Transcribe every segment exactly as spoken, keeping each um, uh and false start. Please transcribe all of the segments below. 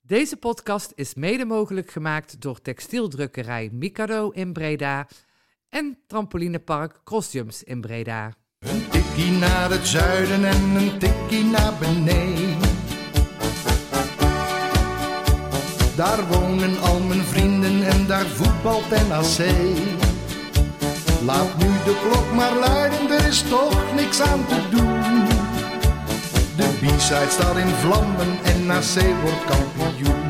Deze podcast is mede mogelijk gemaakt door textieldrukkerij Mikado in Breda en trampolinepark Crossjumps in Breda. Een tikkie naar het zuiden en een tikkie naar beneden. Daar wonen al mijn vrienden en daar voetbalt N A C. Laat nu de klok maar luiden, er is toch niks aan te doen. De B-side staat in vlammen, N A C wordt kampioen.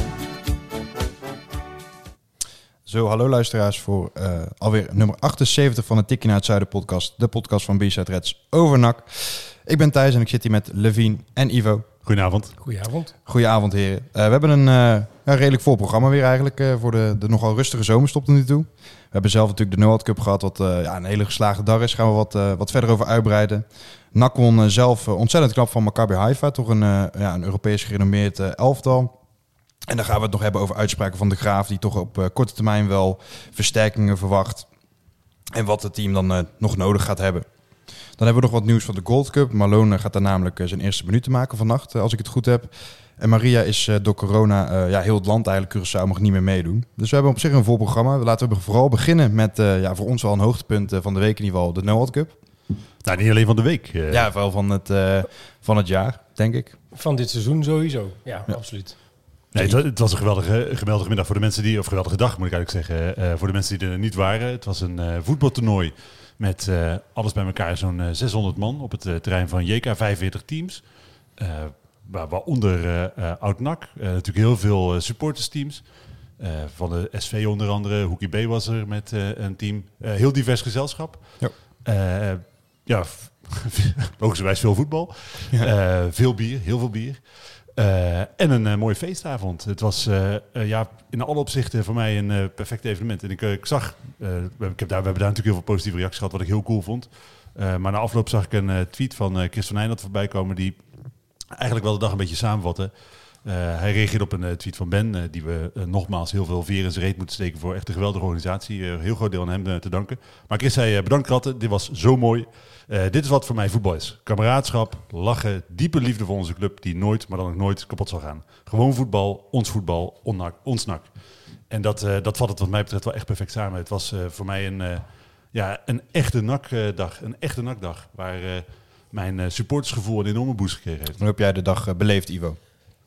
Zo, hallo luisteraars voor uh, alweer nummer achtenzeventig van de Tikkie naar het Zuiden podcast. De podcast van B-side Reds over N A C. Ik ben Thijs en ik zit hier met Levine en Ivo. Goedenavond. Goedenavond. Goedenavond heren. Uh, we hebben een, uh, een redelijk vol programma weer eigenlijk uh, voor de, de nogal rustige zomerstop tot nu toe. We hebben zelf natuurlijk de Noord Cup gehad, wat uh, ja, een hele geslaagde dag is. Gaan we wat, uh, wat verder over uitbreiden. N A C won uh, zelf uh, ontzettend knap van Maccabi Haifa, toch een, uh, ja, een Europees gerenommeerd uh, elftal. En dan gaan we het nog hebben over uitspraken van de Graaf, die toch op uh, korte termijn wel versterkingen verwacht. En wat het team dan uh, nog nodig gaat hebben. Dan hebben we nog wat nieuws van de Gold Cup. Malone gaat daar namelijk uh, zijn eerste minuten maken vannacht, uh, als ik het goed heb. En Maria is uh, door corona, uh, ja, heel het land eigenlijk, Curaçao mag niet meer meedoen. Dus we hebben op zich een vol programma. Laten we vooral beginnen met, uh, ja, voor ons wel een hoogtepunt uh, van de week in ieder geval, de Noord Cup. Nou, niet alleen van de week. Uh... Ja, wel van het, uh, van het jaar, denk ik. Van dit seizoen sowieso, ja, ja. absoluut. Nee, het, was, het was een geweldige, geweldige middag voor de mensen die, of geweldige dag moet ik eigenlijk zeggen, uh, voor de mensen die er niet waren. Het was een uh, voetbaltoernooi met uh, alles bij elkaar zo'n uh, zeshonderd man op het uh, terrein van J K, vijfenveertig teams. Uh, waar, waaronder uh, uh, Oud-N A C, uh, natuurlijk heel veel uh, supportersteams. Uh, van de S V onder andere, Hoekie B was er met uh, een team. Uh, heel divers gezelschap. Ja, uh, ja logischerwijs veel voetbal. Ja. Uh, veel bier, heel veel bier. Uh, en een uh, mooie feestavond. Het was uh, uh, ja, in alle opzichten voor mij een uh, perfect evenement. En ik, uh, ik zag, uh, ik heb daar, we hebben daar natuurlijk heel veel positieve reacties gehad, wat ik heel cool vond. Uh, maar na afloop zag ik een uh, tweet van uh, Chris van Eijndat voorbij komen, die eigenlijk wel de dag een beetje samenvatte. Uh, hij reageerde op een uh, tweet van Ben, uh, die we uh, nogmaals heel veel veer in zijn reet moeten steken voor echt een geweldige organisatie. Uh, heel groot deel aan hem uh, te danken. Maar Chris zei, uh, bedankt Ratten, dit was zo mooi. Uh, dit is wat voor mij voetbal is. Kameraadschap, lachen, diepe liefde voor onze club die nooit, maar dan ook nooit kapot zal gaan. Gewoon voetbal, ons voetbal, on-nak, ons N A C. En dat, uh, dat vat het wat mij betreft wel echt perfect samen. Het was uh, voor mij een, uh, ja, een echte N A C-dag, een echte N A C-dag, waar uh, mijn uh, supportersgevoel een enorme boost gekregen heeft. Hoe heb jij de dag uh, beleefd, Ivo?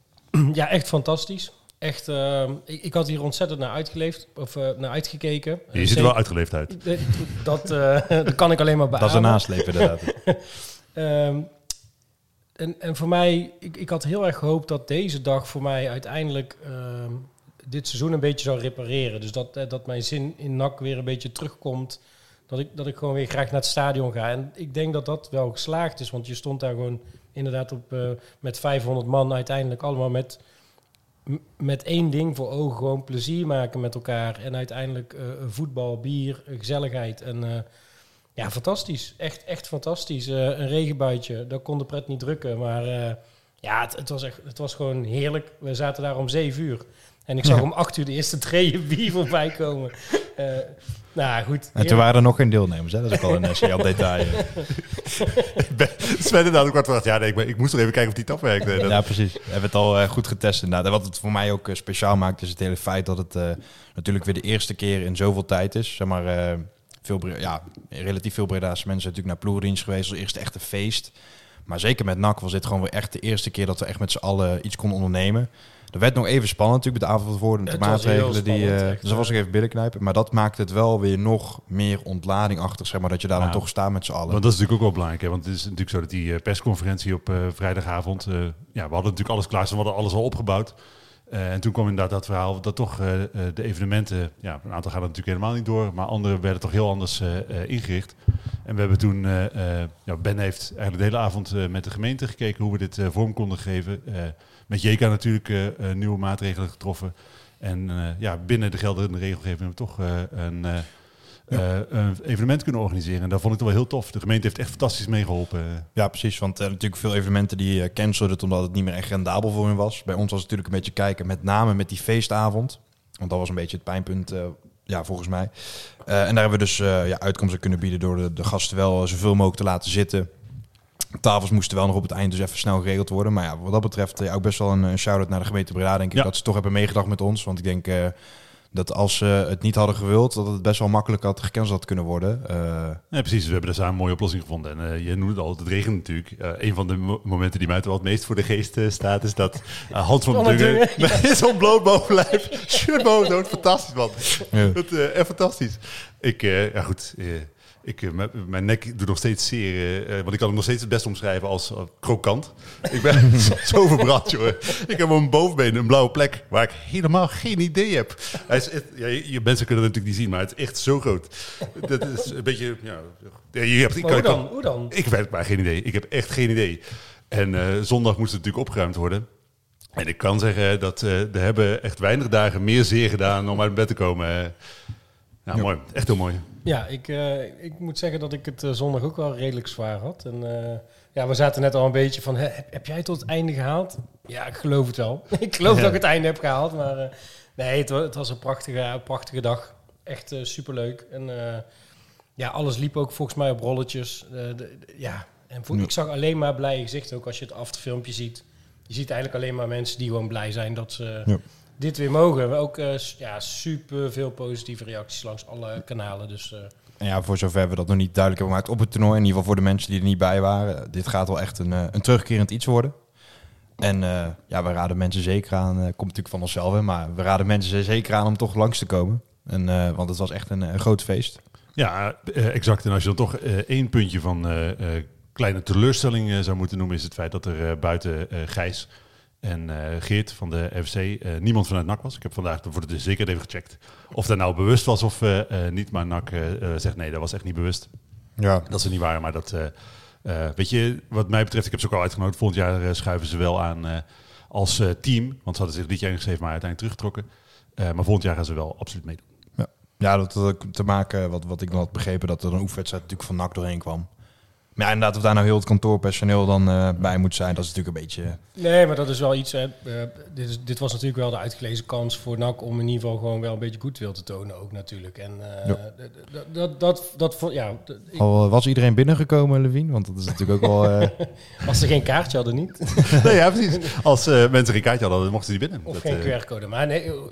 Ja, echt fantastisch. Echt, uh, ik, ik had hier ontzettend naar uitgeleefd, of uh, naar uitgekeken. Je ziet er wel uitgeleefd uit. Dat, uh, dat kan ik alleen maar beamen. Dat is een nasleep inderdaad. um, en, en voor mij, ik, ik had heel erg gehoopt dat deze dag voor mij uiteindelijk uh, dit seizoen een beetje zou repareren. Dus dat, uh, dat mijn zin in N A C weer een beetje terugkomt. Dat ik, dat ik gewoon weer graag naar het stadion ga. En ik denk dat dat wel geslaagd is, want je stond daar gewoon inderdaad op uh, met vijfhonderd man uiteindelijk allemaal met... met één ding voor ogen, gewoon plezier maken met elkaar. En uiteindelijk uh, voetbal, bier, gezelligheid. En uh, ja, fantastisch. Echt, echt fantastisch. Uh, een regenbuitje, dat kon de pret niet drukken. Maar uh, ja, het, het, was echt, het was gewoon heerlijk. We zaten daar om zeven uur. En ik zag ja. om acht uur de eerste treeën bier voorbij komen. Uh, nou goed. En toen waren er nog geen deelnemers, hè? Dat is ook al een uh, detail. Sven inderdaad ook wat verwacht. Ja, nee, ik, ik moest er even kijken of die tap werkte. Ja, precies. We hebben het al uh, goed getest inderdaad. En wat het voor mij ook uh, speciaal maakt, is het hele feit dat het uh, natuurlijk weer de eerste keer in zoveel tijd is. Zeg maar, uh, veel, ja, relatief veel Breda's mensen natuurlijk naar ploegdienst geweest als eerste echte feest. Maar zeker met N A C was dit gewoon weer echt de eerste keer dat we echt met z'n allen iets konden ondernemen. Er werd nog even spannend natuurlijk met de avond voor de maatregelen. Die, uh, dus dat was ik even binnenknijpen. Maar dat maakt het wel weer nog meer ontladingachtig, zeg maar, dat je daar nou, dan toch staat met z'n allen. Want dat is natuurlijk ook wel belangrijk. Hè? Want het is natuurlijk zo dat die uh, persconferentie op uh, vrijdagavond... Uh, ja, we hadden natuurlijk alles klaar, we hadden alles al opgebouwd. Uh, en toen kwam inderdaad dat verhaal dat toch uh, de evenementen... Ja, een aantal gaan er natuurlijk helemaal niet door. Maar andere werden toch heel anders uh, uh, ingericht. En we hebben toen... Uh, uh, ja, Ben heeft eigenlijk de hele avond uh, met de gemeente gekeken hoe we dit uh, vorm konden geven... Uh, Met J K natuurlijk uh, uh, nieuwe maatregelen getroffen. En uh, ja, binnen de geldende regelgeving hebben we toch uh, een, uh, ja. uh, een evenement kunnen organiseren. En dat vond ik toch wel heel tof. De gemeente heeft echt fantastisch meegeholpen. Ja, precies. Want uh, natuurlijk veel evenementen die uh, cancelden omdat het niet meer echt rendabel voor hen was. Bij ons was het natuurlijk een beetje kijken, met name met die feestavond. Want dat was een beetje het pijnpunt, uh, ja, volgens mij. Uh, en daar hebben we dus uh, ja, uitkomsten kunnen bieden door de, de gasten wel uh, zoveel mogelijk te laten zitten. Tafels moesten wel nog op het eind dus even snel geregeld worden. Maar ja, wat dat betreft ja, ook best wel een, een shout-out naar de gemeente Breda, denk ik. Ja. Dat ze toch hebben meegedacht met ons. Want ik denk uh, dat als ze het niet hadden gewild, dat het best wel makkelijk had gecanceld had kunnen worden. Uh, Ja, precies. We hebben daar samen een mooie oplossing gevonden. En uh, je noemde het al, het regent natuurlijk. Uh, een van de mo- momenten die mij toch wel het meest voor de geest uh, staat, is dat uh, Hans van Van Dungen der Dungen, met zo'n bloot bovenlijf, shirt boven, dat fantastisch, man. Ja. Dat, uh, echt fantastisch. Ik, uh, ja goed, uh, ik, uh, m- mijn nek doet nog steeds zeer, uh, want ik kan hem nog steeds het best omschrijven als uh, krokant. Ik ben zo, zo verbrand, joh. Ik heb op mijn bovenbeen een blauwe plek waar ik helemaal geen idee heb. Hij is echt, ja, je, je mensen kunnen het natuurlijk niet zien, maar het is echt zo groot. Dat is een beetje, ja, ja, je hebt, ik Maar hoe kan, dan? Hoe dan? ik weet maar geen idee. Ik heb echt geen idee. En uh, zondag moest het natuurlijk opgeruimd worden. En ik kan zeggen dat uh, er hebben echt weinig dagen meer zeer gedaan om uit bed te komen. Uh, ja, Ja. mooi. Echt heel mooi. Ja, ik, uh, ik moet zeggen dat ik het uh, zondag ook wel redelijk zwaar had. En uh, ja, we zaten net al een beetje van, hè, heb, heb jij tot het einde gehaald? Ja, ik geloof het wel. ik geloof Ja. dat ik het einde heb gehaald, maar uh, nee, het, wa- het was een prachtige, prachtige dag. Echt uh, superleuk. En uh, ja, alles liep ook volgens mij op rolletjes. Uh, de, de- ja, en voor, Ja. ik zag alleen maar blije gezichten, ook als je het afterfilmpje ziet. Je ziet eigenlijk alleen maar mensen die gewoon blij zijn dat ze Ja. dit weer mogen. Ook uh, s- ja, super veel positieve reacties langs alle kanalen. Dus uh, En ja, voor zover we dat nog niet duidelijk hebben gemaakt op het toernooi, in ieder geval voor de mensen die er niet bij waren, dit gaat wel echt een, uh, een terugkerend iets worden. En uh, ja, we raden mensen zeker aan, uh, komt natuurlijk van onszelf, hè, maar we raden mensen zeker aan om toch langs te komen. En, uh, want het was echt een, een groot feest. Ja, uh, exact. En als je dan toch uh, één puntje van uh, uh, kleine teleurstelling uh, zou moeten noemen, is het feit dat er uh, buiten uh, Gijs en uh, Geert van de F C uh, niemand vanuit N A C was. Ik heb vandaag voor de zekerheid even gecheckt of dat nou bewust was of uh, uh, niet. Maar N A C uh, uh, zegt nee, dat was echt niet bewust. Ja. Dat ze niet waren, maar dat... Uh, uh, weet je, wat mij betreft, ik heb ze ook al uitgenodigd. Volgend jaar uh, schuiven ze wel aan uh, als uh, team. Want ze hadden zich dit jaar ingeschreven, maar uiteindelijk teruggetrokken. Uh, maar volgend jaar gaan ze wel absoluut meedoen. Ja, dat had ook te maken, wat, wat ik nog had begrepen, dat er een oefenwedstrijd natuurlijk van N A C doorheen kwam. Maar ja, inderdaad, of daar nou heel het kantoorpersoneel dan uh, bij moet zijn, dat is natuurlijk een beetje... nee, maar dat is wel iets. Hè. Uh, dit, is, dit was natuurlijk wel de uitgelezen kans voor N A C om in ieder geval gewoon wel een beetje goodwill te tonen ook natuurlijk. En uh, Ja. d- d- dat, dat, dat, vo- ja, d- ik- Al was iedereen binnengekomen, Levine? Want dat is natuurlijk ook wel... Uh... als ze geen kaartje hadden niet, Nee, ja, precies. Als uh, mensen geen kaartje hadden, dan mochten ze niet binnen. of Dat, geen uh, Q R-code. Maar nee, uh, uh,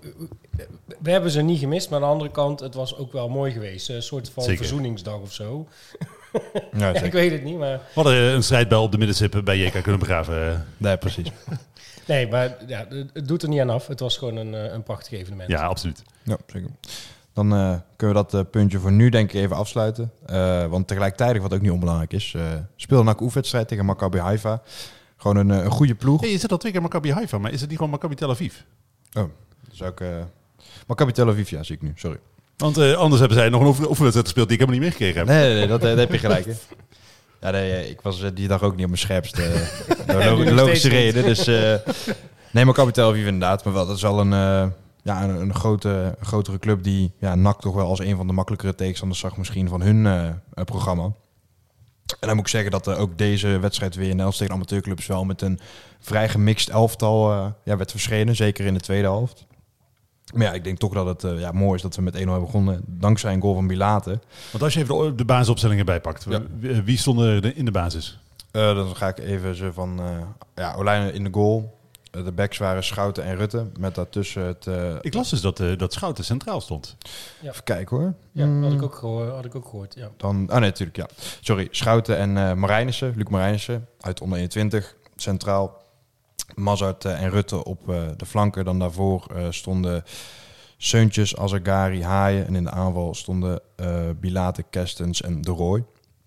we hebben ze niet gemist, maar aan de andere kant, het was ook wel mooi geweest. Een soort van Zeker. verzoeningsdag of zo. ja, Ja, ik zeker. weet het niet, maar... We hadden uh, een strijdbel op de middenstip bij J K kunnen begraven. Uh, Nee, precies. Nee, maar ja, het doet er niet aan af. Het was gewoon een, uh, een prachtig evenement. ja, absoluut. Ja, zeker. Dan uh, kunnen we dat uh, puntje voor nu denk ik even afsluiten. Uh, want tegelijkertijd, wat ook niet onbelangrijk is, uh, speelde N A C oefenwedstrijd tegen Maccabi Haifa. Gewoon een, uh, een goede ploeg. Hey, je zit al twee keer Maccabi Haifa, maar is het niet gewoon Maccabi Tel Aviv? Oh, dus ook... Uh, Maccabi Tel Aviv, ja, zie ik nu. Sorry. Want uh, anders hebben zij nog een oefen- oefenwedstrijd gespeeld die ik helemaal niet meegekregen heb. Nee, nee, nee dat, dat heb je gelijk. Hè. Ja, nee, ik was uh, die dag ook niet op mijn scherpste. Uh, door lo- nu nog logische steeds reden. Dus uh, nee, Maccabi Tel Aviv inderdaad. Maar wel, dat is al een, uh, ja, een, een, grote, een grotere club die ja, N A C toch wel als een van de makkelijkere tegenstanders zag misschien van hun uh, uh, programma. En dan moet ik zeggen dat uh, ook deze wedstrijd weer in Elst tegen amateurclubs wel met een vrij gemixt elftal uh, ja, werd verschenen. Zeker in de tweede helft. Maar ja, ik denk toch dat het uh, ja, mooi is dat we met één nul hebben begonnen. Dankzij een goal van Bilate. Want als je even de, de basisopstellingen bijpakt, Ja. wie, wie stonden er in de basis? Uh, dan ga ik even ze van... Uh, ja, Olijnen in de goal. Uh, de backs waren Schouten en Rutte. Met daartussen het... Uh, Ik las dus dat, uh, dat Schouten centraal stond. Even kijken hoor. Ja, had ik Mm, ook gehoord. Had ik ook gehoord ja. Dan, oh nee, natuurlijk, ja. Sorry, Schouten en uh, Marijnissen. Luc Marijnissen uit onder eenentwintig. Centraal. Mazart uh, en Rutte op uh, de flanken. Dan daarvoor uh, stonden Seuntjes, Azagari, Haaien. En in de aanval stonden uh, Bilate, Kestens en De Rooij.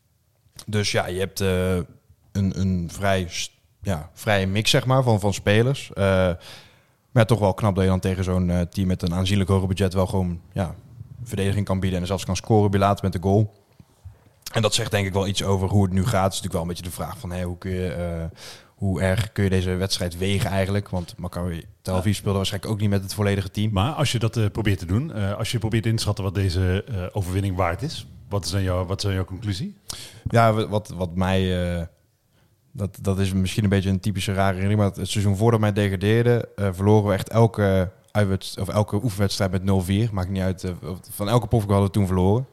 Dus ja, je hebt uh, een, een vrij, st- ja, vrije mix zeg maar, van, van spelers. Uh, maar ja, toch wel knap dat je dan tegen zo'n uh, team met een aanzienlijk hoger budget wel gewoon ja, verdediging kan bieden en zelfs kan scoren. Bilate met de goal. En dat zegt denk ik wel iets over hoe het nu gaat. Het is natuurlijk wel een beetje de vraag van hey, hoe kun je... Uh, Hoe erg kun je deze wedstrijd wegen eigenlijk? Want Maccabi Tel Aviv speelde waarschijnlijk ook niet met het volledige team. Maar als je dat uh, probeert te doen, uh, als je probeert in te schatten wat deze uh, overwinning waard is, wat is dan jouw, wat is dan jouw conclusie? Ja, wat, wat mij... Uh, dat, dat is misschien een beetje een typische rare herinnering. Maar het seizoen voordat mij degradeerde, uh, verloren we echt elke, uitwed- of elke oefenwedstrijd met nul vier. Maakt niet uit. Uh, van elke ploeg hadden we toen verloren.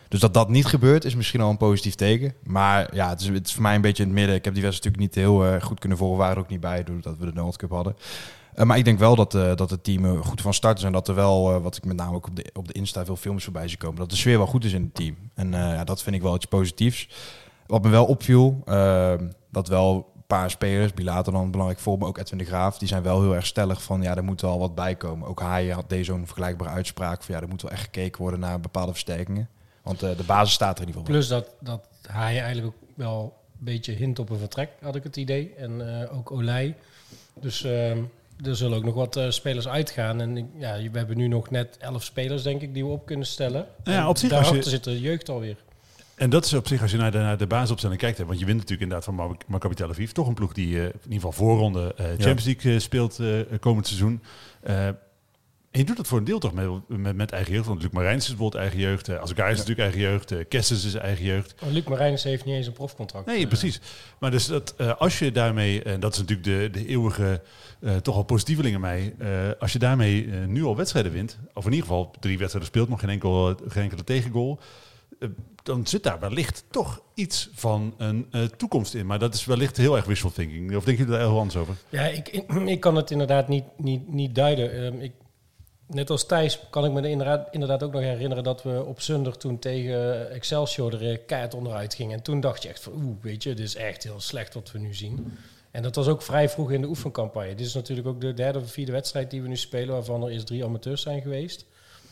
Dus dat dat niet gebeurt is misschien al een positief teken. Maar ja, het is, het is voor mij een beetje in het midden. Ik heb die wedstrijd natuurlijk niet heel uh, goed kunnen volgen. We waren er ook niet bij, doordat we de World Cup hadden. Uh, maar ik denk wel dat, uh, dat het team uh, goed van start is. En dat er wel, uh, wat ik met name ook op de, op de Insta veel films voorbij zie komen, dat de sfeer wel goed is in het team. En uh, ja, dat vind ik wel iets positiefs. Wat me wel opviel, uh, dat wel een paar spelers, Bilater dan belangrijk voor, maar ook Edwin de Graaf, die zijn wel heel erg stellig van, ja, er moet wel wat bij komen. Ook hij had deze zo'n vergelijkbare uitspraak van, ja, er moet wel echt gekeken worden naar bepaalde versterkingen. Want uh, de basis staat er in ieder geval. Plus dat, dat hij eigenlijk ook wel een beetje hint op een vertrek, had ik het idee. En uh, ook Olij. Dus uh, er zullen ook nog wat uh, spelers uitgaan. En ja, we hebben nu nog net elf spelers, denk ik, die we op kunnen stellen. Ja, op zich, daarachter als je... zit de jeugd alweer. En dat is op zich, als je naar de, naar de basisopstelling kijkt, hè, want je wint natuurlijk inderdaad van Maccabi Tel Aviv, toch een ploeg die uh, in ieder geval voorronde uh, Champions League uh, speelt uh, komend seizoen. Uh, en je doet dat voor een deel toch met, met, met eigen jeugd. Want Luc Marijns is bijvoorbeeld eigen jeugd. Uh, Azegari is ja. natuurlijk eigen jeugd. Uh, Kessens is eigen jeugd. Maar Luc Marijns heeft niet eens een profcontract. Nee, uh, precies. Maar dus dat, uh, als je daarmee, en dat is natuurlijk de, de eeuwige, uh, toch al positieveling in mij. Uh, als je daarmee uh, nu al wedstrijden wint, of in ieder geval drie wedstrijden speelt, nog geen, enkel, geen enkele tegengoal, uh, dan zit daar wellicht toch iets van een uh, toekomst in. Maar dat is wellicht heel erg wishful thinking. Of denk je daar heel anders over? Ja, ik, ik, ik kan het inderdaad niet, niet, niet duiden. Um, ik, net als Thijs kan ik me inderdaad, inderdaad ook nog herinneren dat we op zondag toen tegen Excelsior er keihard onderuit gingen. En toen dacht je echt van, oeh, weet je, dit is echt heel slecht wat we nu zien. En dat was ook vrij vroeg in de oefencampagne. Dit is natuurlijk ook de derde of vierde wedstrijd die we nu spelen, waarvan er eerst drie amateurs zijn geweest.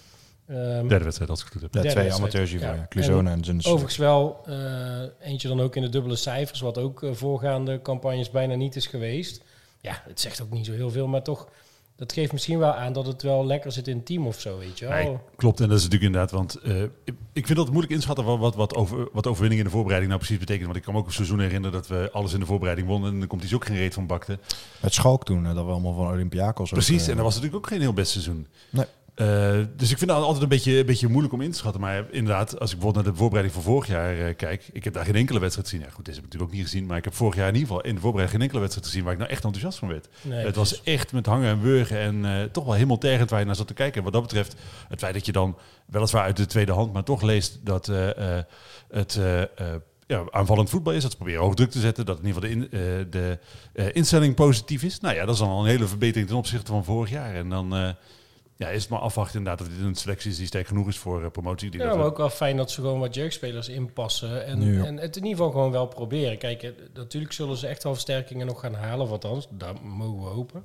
Um, derde wedstrijd, als ik het goed heb. Ja, twee amateurs hiervan, ja. Cluzona en, en Zunders. Overigens wel uh, eentje dan ook in de dubbele cijfers, wat ook uh, voorgaande campagnes bijna niet is geweest. Ja, het zegt ook niet zo heel veel, maar toch, dat geeft misschien wel aan dat het wel lekker zit in het team of zo, weet je wel. Nee, klopt, en dat is natuurlijk inderdaad, want uh, ik, ik vind dat moeilijk inschatten wat, wat, wat, over, wat overwinning in de voorbereiding nou precies betekent. Want ik kan me ook een seizoen herinneren dat we alles in de voorbereiding wonnen en dan komt hij ook geen reet van bakte. Met Schalk toen, dat we allemaal van Olympiakos. Precies, ook, uh, en dat was natuurlijk ook geen heel best seizoen. Nee. Uh, dus ik vind het altijd een beetje, een beetje moeilijk om in te schatten. Maar inderdaad, als ik bijvoorbeeld naar de voorbereiding van vorig jaar uh, kijk, ik heb daar geen enkele wedstrijd gezien. Ja, goed, deze heb ik natuurlijk ook niet gezien. Maar ik heb vorig jaar in ieder geval in de voorbereiding geen enkele wedstrijd gezien waar ik nou echt enthousiast van werd. Nee, het was echt met hangen en wurgen en uh, toch wel helemaal tergend waar je naar zat te kijken. En wat dat betreft, het feit dat je dan weliswaar uit de tweede hand, maar toch leest dat uh, uh, het Uh, uh, Ja, aanvallend voetbal is, dat ze proberen hoog druk te zetten, dat in ieder geval de, in, uh, de uh, instelling positief is. Nou ja, dat is dan al een hele verbetering ten opzichte van vorig jaar. En dan uh, ja, is het maar afwachten inderdaad dat dit een selectie is die sterk genoeg is voor uh, promotie. Die ja, dat maar we... ook wel fijn dat ze gewoon wat jeugdspelers inpassen en, ja. en het in ieder geval gewoon wel proberen. Kijk, uh, natuurlijk zullen ze echt wel versterkingen nog gaan halen, of althans, daar mogen we hopen.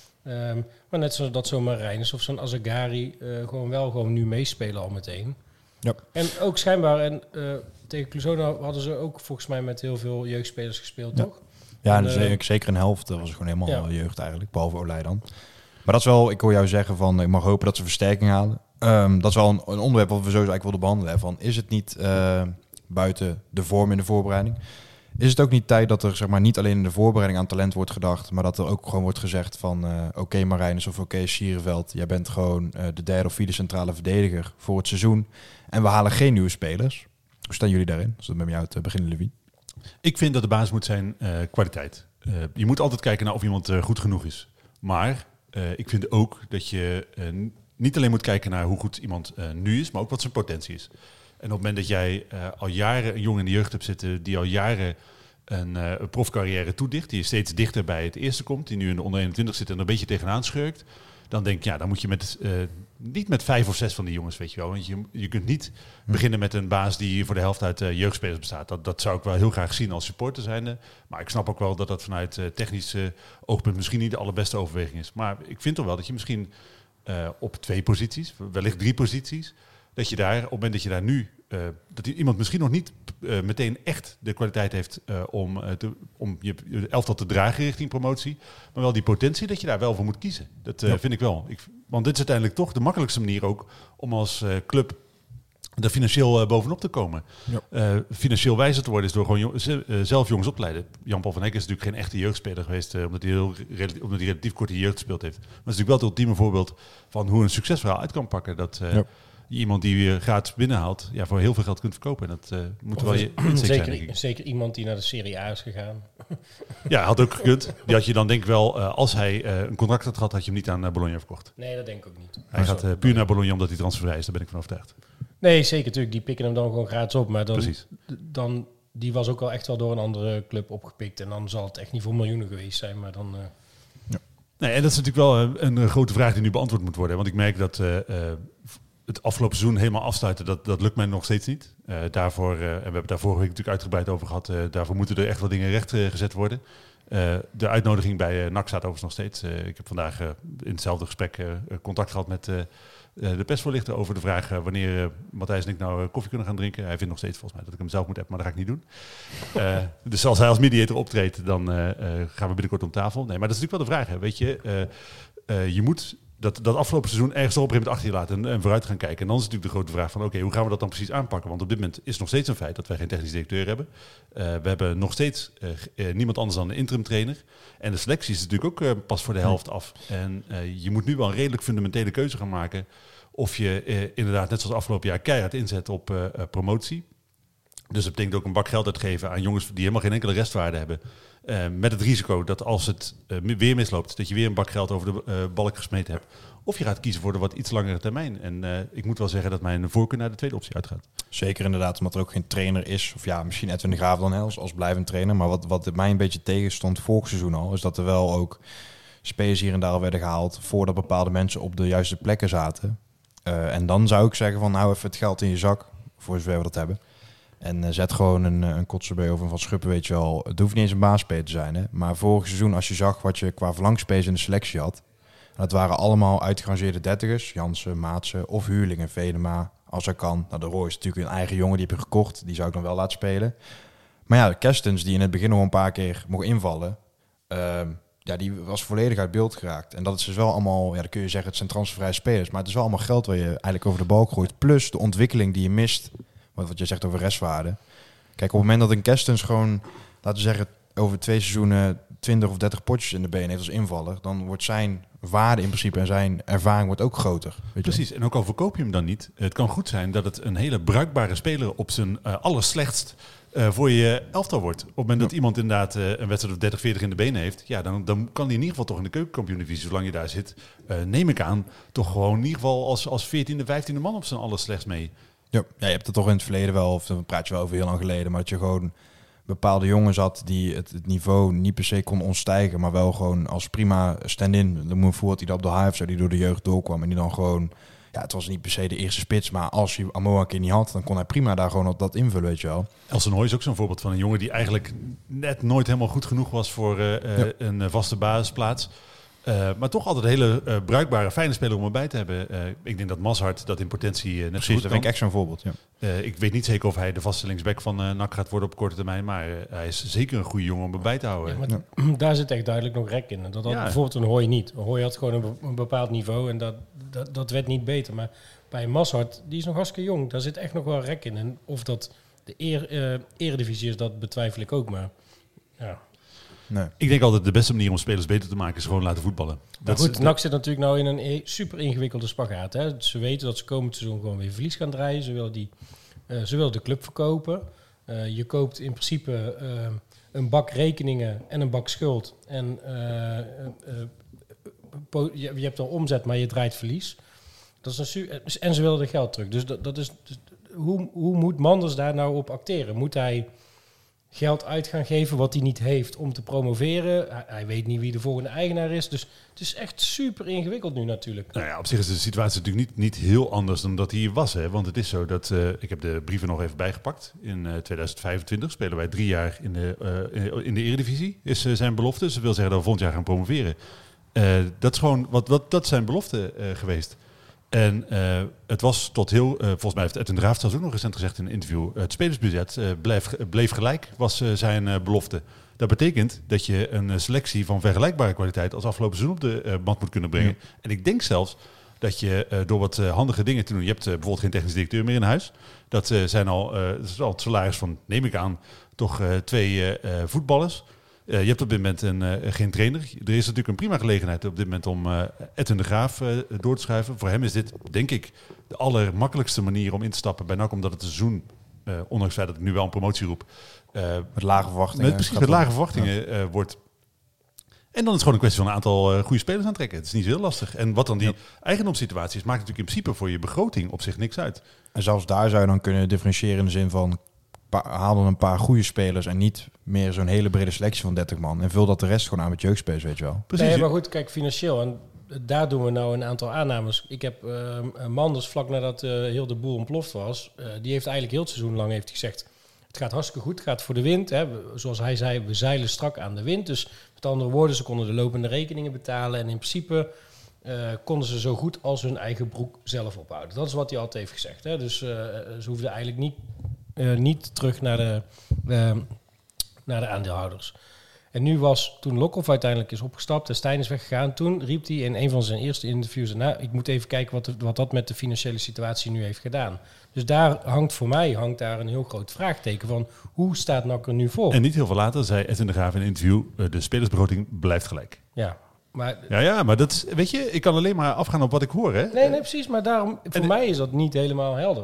Um, maar net zoals dat zo'n Marijnus of zo'n Azegari uh, gewoon wel gewoon nu meespelen al meteen. Ja. En ook schijnbaar, en uh, tegen Cluzona hadden ze ook volgens mij met heel veel jeugdspelers gespeeld, ja. toch? Ja, en en, uh, zeker een helft. Dat was gewoon helemaal ja. jeugd eigenlijk, behalve Olij dan. Maar dat is wel, ik hoor jou zeggen van, ik mag hopen dat ze versterking halen. Um, dat is wel een, een onderwerp wat we sowieso eigenlijk wilden behandelen. Hè, van, is het niet uh, buiten de vorm in de voorbereiding? Is het ook niet tijd dat er zeg maar, niet alleen in de voorbereiding aan talent wordt gedacht, maar dat er ook gewoon wordt gezegd van uh, oké okay, Marijnus of oké okay, Sierenveld, jij bent gewoon uh, de derde of vierde centrale verdediger voor het seizoen en we halen geen nieuwe spelers. Hoe staan jullie daarin? Als we met jou te beginnen, Louis. Ik vind dat de basis moet zijn uh, kwaliteit. Uh, je moet altijd kijken naar of iemand uh, goed genoeg is. Maar uh, ik vind ook dat je uh, niet alleen moet kijken naar hoe goed iemand uh, nu is, maar ook wat zijn potentie is. En op het moment dat jij uh, al jaren een jongen in de jeugd hebt zitten, die al jaren een, uh, een profcarrière toedicht, die steeds dichter bij het eerste komt, die nu in de onder eenentwintig zit en er een beetje tegenaan schurkt, dan denk ik, ja, dan moet je met, uh, niet met vijf of zes van die jongens, weet je wel. Want je, je kunt niet hm. beginnen met een baas die voor de helft uit uh, jeugdspelers bestaat. Dat, dat zou ik wel heel graag zien als supporter zijnde. Maar ik snap ook wel dat dat vanuit uh, technisch uh, oogpunt misschien niet de allerbeste overweging is. Maar ik vind toch wel dat je misschien uh, op twee posities, wellicht drie posities, dat je daar, op het moment dat je daar nu, uh, dat iemand misschien nog niet uh, meteen echt de kwaliteit heeft uh, om, uh, te, om je, je elftal te dragen richting promotie, maar wel die potentie dat je daar wel voor moet kiezen. Dat uh, ja. vind ik wel. Ik, want dit is uiteindelijk toch de makkelijkste manier ook om als uh, club er financieel uh, bovenop te komen. Ja. Uh, financieel wijzer te worden is door gewoon jong, z- uh, zelf jongens op te leiden. Jan-Paul van Hek is natuurlijk geen echte jeugdspeler geweest, uh, omdat hij heel relatief, omdat hij relatief kort in jeugd gespeeld heeft. Maar het is natuurlijk wel het ultieme voorbeeld van hoe een succesverhaal uit kan pakken. Dat uh, ja. iemand die weer gratis binnenhaalt, ja, voor heel veel geld kunt verkopen. En dat uh, moet wel je inzicht zeker, zijn, denk ik. Zeker iemand die naar de Serie A is gegaan. Ja, had ook gekund. Die had je dan denk ik wel, uh, als hij uh, een contract had gehad, had je hem niet aan uh, Bologna verkocht. Nee, dat denk ik ook niet. Hij gaat uh, puur naar Bologna omdat hij transfervrij is, daar ben ik van overtuigd. Nee, zeker natuurlijk. Die pikken hem dan gewoon gratis op. Maar dan, Precies. dan die was ook wel echt wel door een andere club opgepikt. En dan zal het echt niet voor miljoenen geweest zijn. Maar dan... Uh... Nee, en dat is natuurlijk wel een, een grote vraag die nu beantwoord moet worden. Want ik merk dat uh, uh, het afgelopen seizoen helemaal afsluiten, dat, dat lukt mij nog steeds niet. Uh, daarvoor, uh, en we hebben het daar vorige week natuurlijk uitgebreid over gehad, uh, daarvoor moeten er echt wel dingen recht uh, gezet worden. Uh, de uitnodiging bij uh, N A C staat overigens nog steeds. Uh, ik heb vandaag uh, in hetzelfde gesprek uh, contact gehad met uh, uh, de persvoorlichter over de vraag uh, wanneer uh, Matthijs en ik nou uh, koffie kunnen gaan drinken. Hij vindt nog steeds volgens mij dat ik hem zelf moet appen, maar dat ga ik niet doen. Uh, dus als hij als mediator optreedt, dan uh, uh, gaan we binnenkort om tafel. Nee, maar dat is natuurlijk wel de vraag. Hè. Weet je, uh, uh, je moet dat, dat afgelopen seizoen ergens op een gegeven moment achter je laten en, en vooruit gaan kijken. En dan is natuurlijk de grote vraag van oké, okay, hoe gaan we dat dan precies aanpakken? Want op dit moment is nog steeds een feit dat wij geen technisch directeur hebben. Uh, we hebben nog steeds uh, uh, niemand anders dan een interim trainer. En de selectie is natuurlijk ook uh, pas voor de helft af. En uh, je moet nu wel een redelijk fundamentele keuze gaan maken of je uh, inderdaad net zoals afgelopen jaar keihard inzet op uh, uh, promotie. Dus dat betekent ook een bak geld uitgeven aan jongens die helemaal geen enkele restwaarde hebben. Uh, met het risico dat als het uh, weer misloopt, dat je weer een bak geld over de uh, balk gesmeten hebt. Of je gaat kiezen voor de wat iets langere termijn. En uh, ik moet wel zeggen dat mijn voorkeur naar de tweede optie uitgaat. Zeker inderdaad, omdat er ook geen trainer is. Of ja, misschien Edwin de Graaf dan als, als blijvend trainer. Maar wat, wat mij een beetje tegenstond vorig seizoen al, is dat er wel ook spelers hier en daar werden gehaald voordat bepaalde mensen op de juiste plekken zaten. Uh, en dan zou ik zeggen van hou even het geld in je zak, voor zover we dat hebben. En uh, zet gewoon een, een Kotzerbee of een Van Schuppen, weet je wel. Het hoeft niet eens een baasspeler te zijn. Hè? Maar vorig seizoen, als je zag wat je qua verlangspelers in de selectie had. Dat waren allemaal uitgerangeerde dertigers. Jansen, Maatsen of huurlingen, Venema, als er kan. Nou, de Roy is natuurlijk een eigen jongen, die heb je gekocht. Die zou ik dan wel laten spelen. Maar ja, de Kerstens, die in het begin nog een paar keer mocht invallen. Uh, ja, die was volledig uit beeld geraakt. En dat is dus wel allemaal, ja, dan kun je zeggen, het zijn transfervrije spelers. Maar het is wel allemaal geld waar je eigenlijk over de balk gooit. Plus de ontwikkeling die je mist. Wat, wat je zegt over restwaarde. Kijk, op het moment dat een Kerstens gewoon, laten we zeggen, over twee seizoenen twintig of dertig potjes in de been heeft als invaller, dan wordt zijn waarde in principe en zijn ervaring wordt ook groter. Weet Precies, je? En ook al verkoop je hem dan niet. Het kan goed zijn dat het een hele bruikbare speler op zijn uh, allerslechtst uh, voor je elftal wordt. Op het moment dat ja. iemand inderdaad uh, een wedstrijd of dertig, veertig in de benen heeft, ja, dan, dan kan hij in ieder geval toch in de keukenkampioen-divisie, zolang je daar zit, uh, neem ik aan, toch gewoon in ieder geval als, als veertiende, vijftiende man op zijn allerslechtst mee. Ja. ja, je hebt het toch in het verleden wel, of dan praat je wel over heel lang geleden, maar dat je gewoon bepaalde jongens had die het, het niveau niet per se kon ontstijgen, maar wel gewoon als prima stand-in. Dan moet je voor dat hij dat op de H F zo die door de jeugd doorkwam en die dan gewoon, ja, het was niet per se de eerste spits, maar als je Amoa een keer niet had, dan kon hij prima daar gewoon dat invullen, weet je wel. Elson Hoy is ook zo'n voorbeeld van een jongen die eigenlijk net nooit helemaal goed genoeg was voor uh, ja. een vaste basisplaats. Uh, maar toch altijd een hele uh, bruikbare, fijne speler om erbij te hebben. Uh, ik denk dat Mazhart dat in potentie uh, net Precies, zo goed dat vind ik echt zo'n voorbeeld. Ja. Uh, ik weet niet zeker of hij de vaste linksback van uh, N A C gaat worden op korte termijn. Maar uh, hij is zeker een goede jongen om erbij te houden. Ja, maar ja. Daar zit echt duidelijk nog rek in. Dat had ja. bijvoorbeeld een Hoy niet. Een Hoy had gewoon een, een bepaald niveau en dat, dat, dat werd niet beter. Maar bij Mazhart, die is nog hartstikke jong. Daar zit echt nog wel rek in. En of dat de eer, uh, eredivisie is, dat betwijfel ik ook. Maar ja... Nee. Ik denk altijd de beste manier om spelers beter te maken is gewoon laten voetballen. Maar goed, N A C zit natuurlijk nou in een super ingewikkelde spagaat. Hè? Ze weten dat ze komend seizoen gewoon weer verlies gaan draaien. Ze willen, die, uh, ze willen de club verkopen. Uh, je koopt in principe uh, een bak rekeningen en een bak schuld. En uh, uh, uh, je, je hebt al omzet, maar je draait verlies. Dat is een su- en ze willen de geld terug. Dus dat, dat is, dus, hoe, hoe moet Manders daar nou op acteren? Moet hij geld uit gaan geven wat hij niet heeft om te promoveren? Hij, hij weet niet wie de volgende eigenaar is. Dus het is echt super ingewikkeld nu natuurlijk. Nou ja, op zich is de situatie natuurlijk niet, niet heel anders dan dat hij hier was. Hè? Want het is zo dat, uh, ik heb de brieven nog even bijgepakt. In uh, tweeduizend vijfentwintig spelen wij drie jaar in de, uh, in de Eredivisie. Is uh, zijn belofte. Dus dat wil zeggen dat we volgend jaar gaan promoveren. Uh, dat is gewoon, wat, wat, dat zijn belofte uh, geweest. En uh, het was tot heel, uh, volgens mij heeft Edwin de Graaf zelfs ook nog recent gezegd in een interview, uh, het spelersbudget uh, bleef, bleef gelijk, was uh, zijn uh, belofte. Dat betekent dat je een uh, selectie van vergelijkbare kwaliteit als afgelopen seizoen op de uh, band moet kunnen brengen. Ja. En ik denk zelfs dat je uh, door wat uh, handige dingen te doen, je hebt uh, bijvoorbeeld geen technisch directeur meer in huis. Dat uh, zijn al, uh, dat is al het salaris van, neem ik aan, toch uh, twee uh, uh, voetballers. Uh, je hebt op dit moment een, uh, geen trainer. Er is natuurlijk een prima gelegenheid op dit moment om uh, Edwin de Graaf uh, door te schuiven. Voor hem is dit, denk ik, de allermakkelijkste manier om in te stappen bij N A C. Omdat het seizoen, uh, ondanks het feit dat ik nu wel een promotie roep, uh, met lage verwachtingen, met, precies, met lage verwachtingen ja. uh, wordt. En dan is het gewoon een kwestie van een aantal uh, goede spelers aantrekken. Het is niet zo heel lastig. En wat dan die ja. eigendomssituatie is, maakt natuurlijk in principe voor je begroting op zich niks uit. En zelfs daar zou je dan kunnen differentiëren in de zin van... Pa- haal dan een paar goede spelers en niet meer zo'n hele brede selectie van dertig man. En vul dat de rest gewoon aan met jeugdspelers, weet je wel. Precies. Nee, maar goed, kijk, financieel. En daar doen we nou een aantal aannames. Ik heb uh, Manders, vlak nadat uh, heel de boel ontploft was... Uh, die heeft eigenlijk heel het seizoen lang heeft gezegd... het gaat hartstikke goed, het gaat voor de wind. Hè. We, zoals hij zei, we zeilen strak aan de wind. Dus met andere woorden, ze konden de lopende rekeningen betalen. En in principe uh, konden ze zo goed als hun eigen broek zelf ophouden. Dat is wat hij altijd heeft gezegd. Hè. Dus uh, ze hoefden eigenlijk niet... Uh, niet terug naar de, uh, naar de aandeelhouders. En nu was, toen Lokhoff uiteindelijk is opgestapt en Stijn is weggegaan, toen riep hij in een van zijn eerste interviews, nou, ik moet even kijken wat, de, wat dat met de financiële situatie nu heeft gedaan. Dus daar hangt voor mij hangt daar een heel groot vraagteken van, hoe staat N A C er nu voor? En niet heel veel later zei Edwin de Graaf in een interview, uh, de spelersbegroting blijft gelijk. Ja. Maar, ja, ja, maar dat is, weet je, ik kan alleen maar afgaan op wat ik hoor, hè? Nee, nee, precies, maar daarom, voor en mij is dat niet helemaal helder.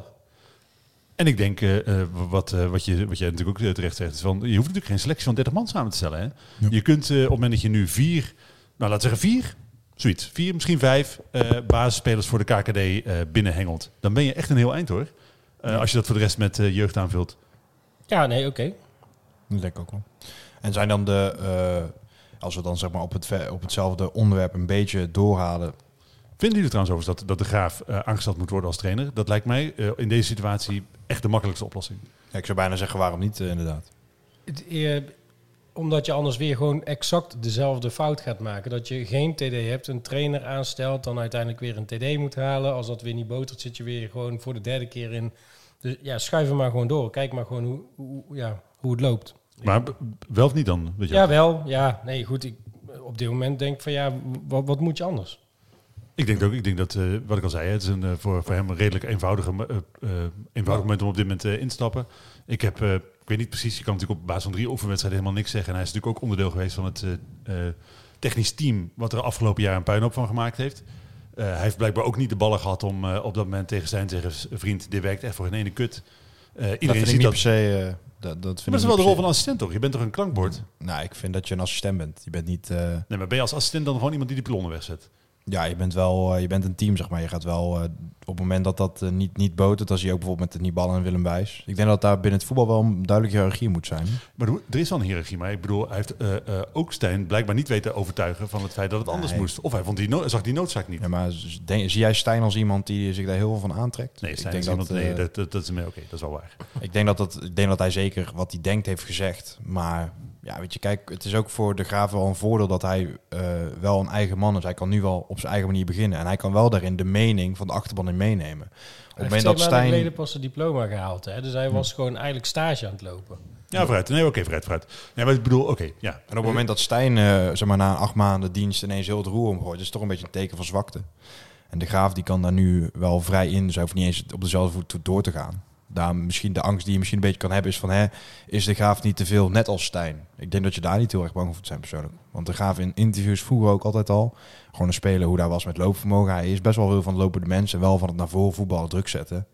En ik denk, uh, wat, uh, wat, je, wat jij natuurlijk ook terecht zegt, is van, je hoeft natuurlijk geen selectie van dertig man samen te stellen. Hè? Ja. Je kunt uh, op het moment dat je nu vier, nou laten we zeggen vier, zoiets, vier, misschien vijf uh, basisspelers voor de K K D uh, binnenhengelt. Dan ben je echt een heel eind hoor. Uh, ja. Als je dat voor de rest met uh, jeugd aanvult. Ja, nee, oké. Okay. Dat denk ik ook wel. En zijn dan de, uh, als we dan zeg maar op, het, op hetzelfde onderwerp een beetje doorhalen... Vinden jullie trouwens overigens dat, dat de Graaf uh, aangesteld moet worden als trainer? Dat lijkt mij uh, in deze situatie echt de makkelijkste oplossing. Ja, ik zou bijna zeggen, waarom niet uh, inderdaad? Het, uh, omdat je anders weer gewoon exact dezelfde fout gaat maken. Dat je geen T D hebt, een trainer aanstelt, dan uiteindelijk weer een T D moet halen. Als dat weer niet botert, zit je weer gewoon voor de derde keer in. Dus ja, schuif hem maar gewoon door. Kijk maar gewoon hoe, hoe, ja, hoe het loopt. Maar b- wel of niet dan? Weet je ja, wel. Ja, nee, goed. Ik, op dit moment denk ik van ja, wat, wat moet je anders? Ik denk ook, ik denk dat, uh, wat ik al zei, het is een, uh, voor, voor hem een redelijk eenvoudige, uh, uh, eenvoudig moment om op dit moment uh, in te stappen. Ik heb, uh, ik weet niet precies, je kan natuurlijk op basis van drie oefenwedstrijden helemaal niks zeggen. En hij is natuurlijk ook onderdeel geweest van het uh, uh, technisch team wat er afgelopen jaar een puinhoop van gemaakt heeft. Uh, hij heeft blijkbaar ook niet de ballen gehad om uh, op dat moment tegen Stijn te zeggen, vriend, dit werkt echt voor geen ene kut. Uh, iedereen dat ziet dat. Per se, uh, dat, dat vind maar dat is wel de rol van een assistent toch? Je bent toch een klankbord? Nou, ik vind dat je een assistent bent. Je bent niet... Uh... Nee, maar ben je als assistent dan gewoon iemand die die pillonnen wegzet? Ja, je bent wel, uh, je bent een team, zeg maar. Je gaat wel, uh, op het moment dat dat uh, niet, niet botert, dan zie je ook bijvoorbeeld met de Nibal en Willem Wijs. Ik denk dat daar binnen het voetbal wel een duidelijke hiërarchie moet zijn. Maar er is wel een hiërarchie, maar ik bedoel, hij heeft uh, uh, ook Stijn blijkbaar niet weten overtuigen van het feit dat het anders nee. moest. Of hij vond die no- zag die noodzaak niet. Ja, maar denk, zie jij Stijn als iemand die zich daar heel veel van aantrekt? Nee, Stijn ik denk is dat, iemand, uh, nee, dat, dat, dat is mee oké, dat is wel waar. Ik denk dat, dat, ik denk dat hij zeker wat hij denkt heeft gezegd, maar... Ja, weet je, kijk, het is ook voor de Graaf wel een voordeel dat hij uh, wel een eigen man is. Hij kan nu wel op zijn eigen manier beginnen. En hij kan wel daarin de mening van de achterban in meenemen. Op het moment dat Stijn... geleden pas zijn diploma gehaald, hè? Dus hij was hm. gewoon eigenlijk stage aan het lopen. Ja, vooruit. Nee, oké, okay, vooruit, vooruit. Nee, maar ik bedoel, oké, okay, ja. En op het moment dat Stijn, uh, zeg maar, na acht maanden dienst ineens heel het roer omgooit, is het toch een beetje een teken van zwakte. En de Graaf die kan daar nu wel vrij in, dus hij hoeft niet eens op dezelfde voet door te gaan. Daar misschien de angst die je misschien een beetje kan hebben is van, hè, is de Graaf niet te veel net als Stijn? Ik denk dat je daar niet heel erg bang voor moet zijn persoonlijk. Want de Graaf in interviews vroeger ook altijd al, gewoon een speler hoe daar was met loopvermogen. Hij is best wel veel van de lopende mensen en wel van het naar voren voetballen druk zetten.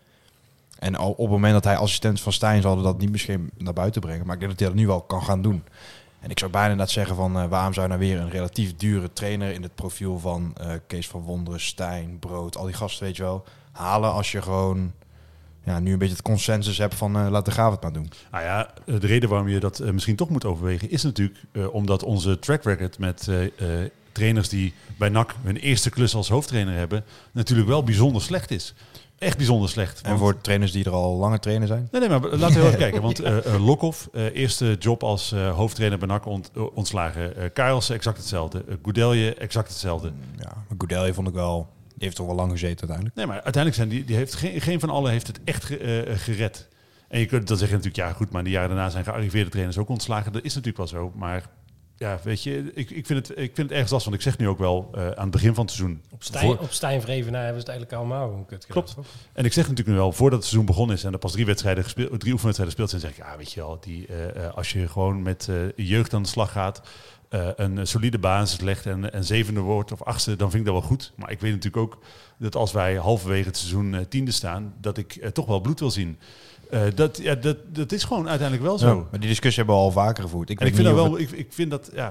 En al op het moment dat hij assistent van Stijn zal dat niet misschien naar buiten brengen. Maar ik denk dat hij dat nu wel kan gaan doen. En ik zou bijna net zeggen van, uh, waarom zou je nou weer een relatief dure trainer in het profiel van uh, Kees van Wonderen, Stijn, Brood, al die gasten, weet je wel, halen als je gewoon... Ja, nu een beetje het consensus hebt van uh, laat de Graaf het maar doen. Nou ja, de reden waarom je dat uh, misschien toch moet overwegen is natuurlijk uh, omdat onze track record met uh, uh, trainers die bij N A C hun eerste klus als hoofdtrainer hebben, natuurlijk wel bijzonder slecht is. Echt bijzonder slecht. En voor trainers die er al langer trainer zijn? Nee, nee, maar laten we heel even kijken. Want uh, uh, Lokhoff, uh, eerste job als uh, hoofdtrainer bij N A C ont, uh, ontslagen. Uh, Karelsen, exact hetzelfde. Uh, Goudelje, exact hetzelfde. Ja, maar Goudelje vond ik wel... Die heeft toch wel lang gezeten uiteindelijk. Nee, maar uiteindelijk zijn die, die heeft geen, geen van allen heeft het echt ge, uh, gered. En je kunt dan zeggen natuurlijk, ja goed, maar de jaren daarna zijn gearriveerde trainers ook ontslagen. Dat is natuurlijk wel zo. Maar ja, weet je, ik, ik, vind, het, ik vind het ergens lastig. Want ik zeg nu ook wel uh, aan het begin van het seizoen. Op Stijn, voor... op Stijn Vrevenaar hebben ze het eigenlijk allemaal gewoon kut gedaan. Klopt. En ik zeg natuurlijk nu wel, voordat het seizoen begonnen is en er pas drie wedstrijden gespeeld, drie oefenwedstrijden gespeeld zijn, zeg ik, ja, weet je wel, die, uh, als je gewoon met uh, jeugd aan de slag gaat, Uh, een solide basis legt en, en zevende wordt of achtste, dan vind ik dat wel goed. Maar ik weet natuurlijk ook dat als wij halverwege het seizoen uh, tiende staan, dat ik uh, toch wel bloed wil zien. Uh, dat, ja, dat, dat is gewoon uiteindelijk wel zo. Ja, maar die discussie hebben we al vaker gevoerd. Ik, en ik vind dat wel, het... ik, ik vind dat, ja,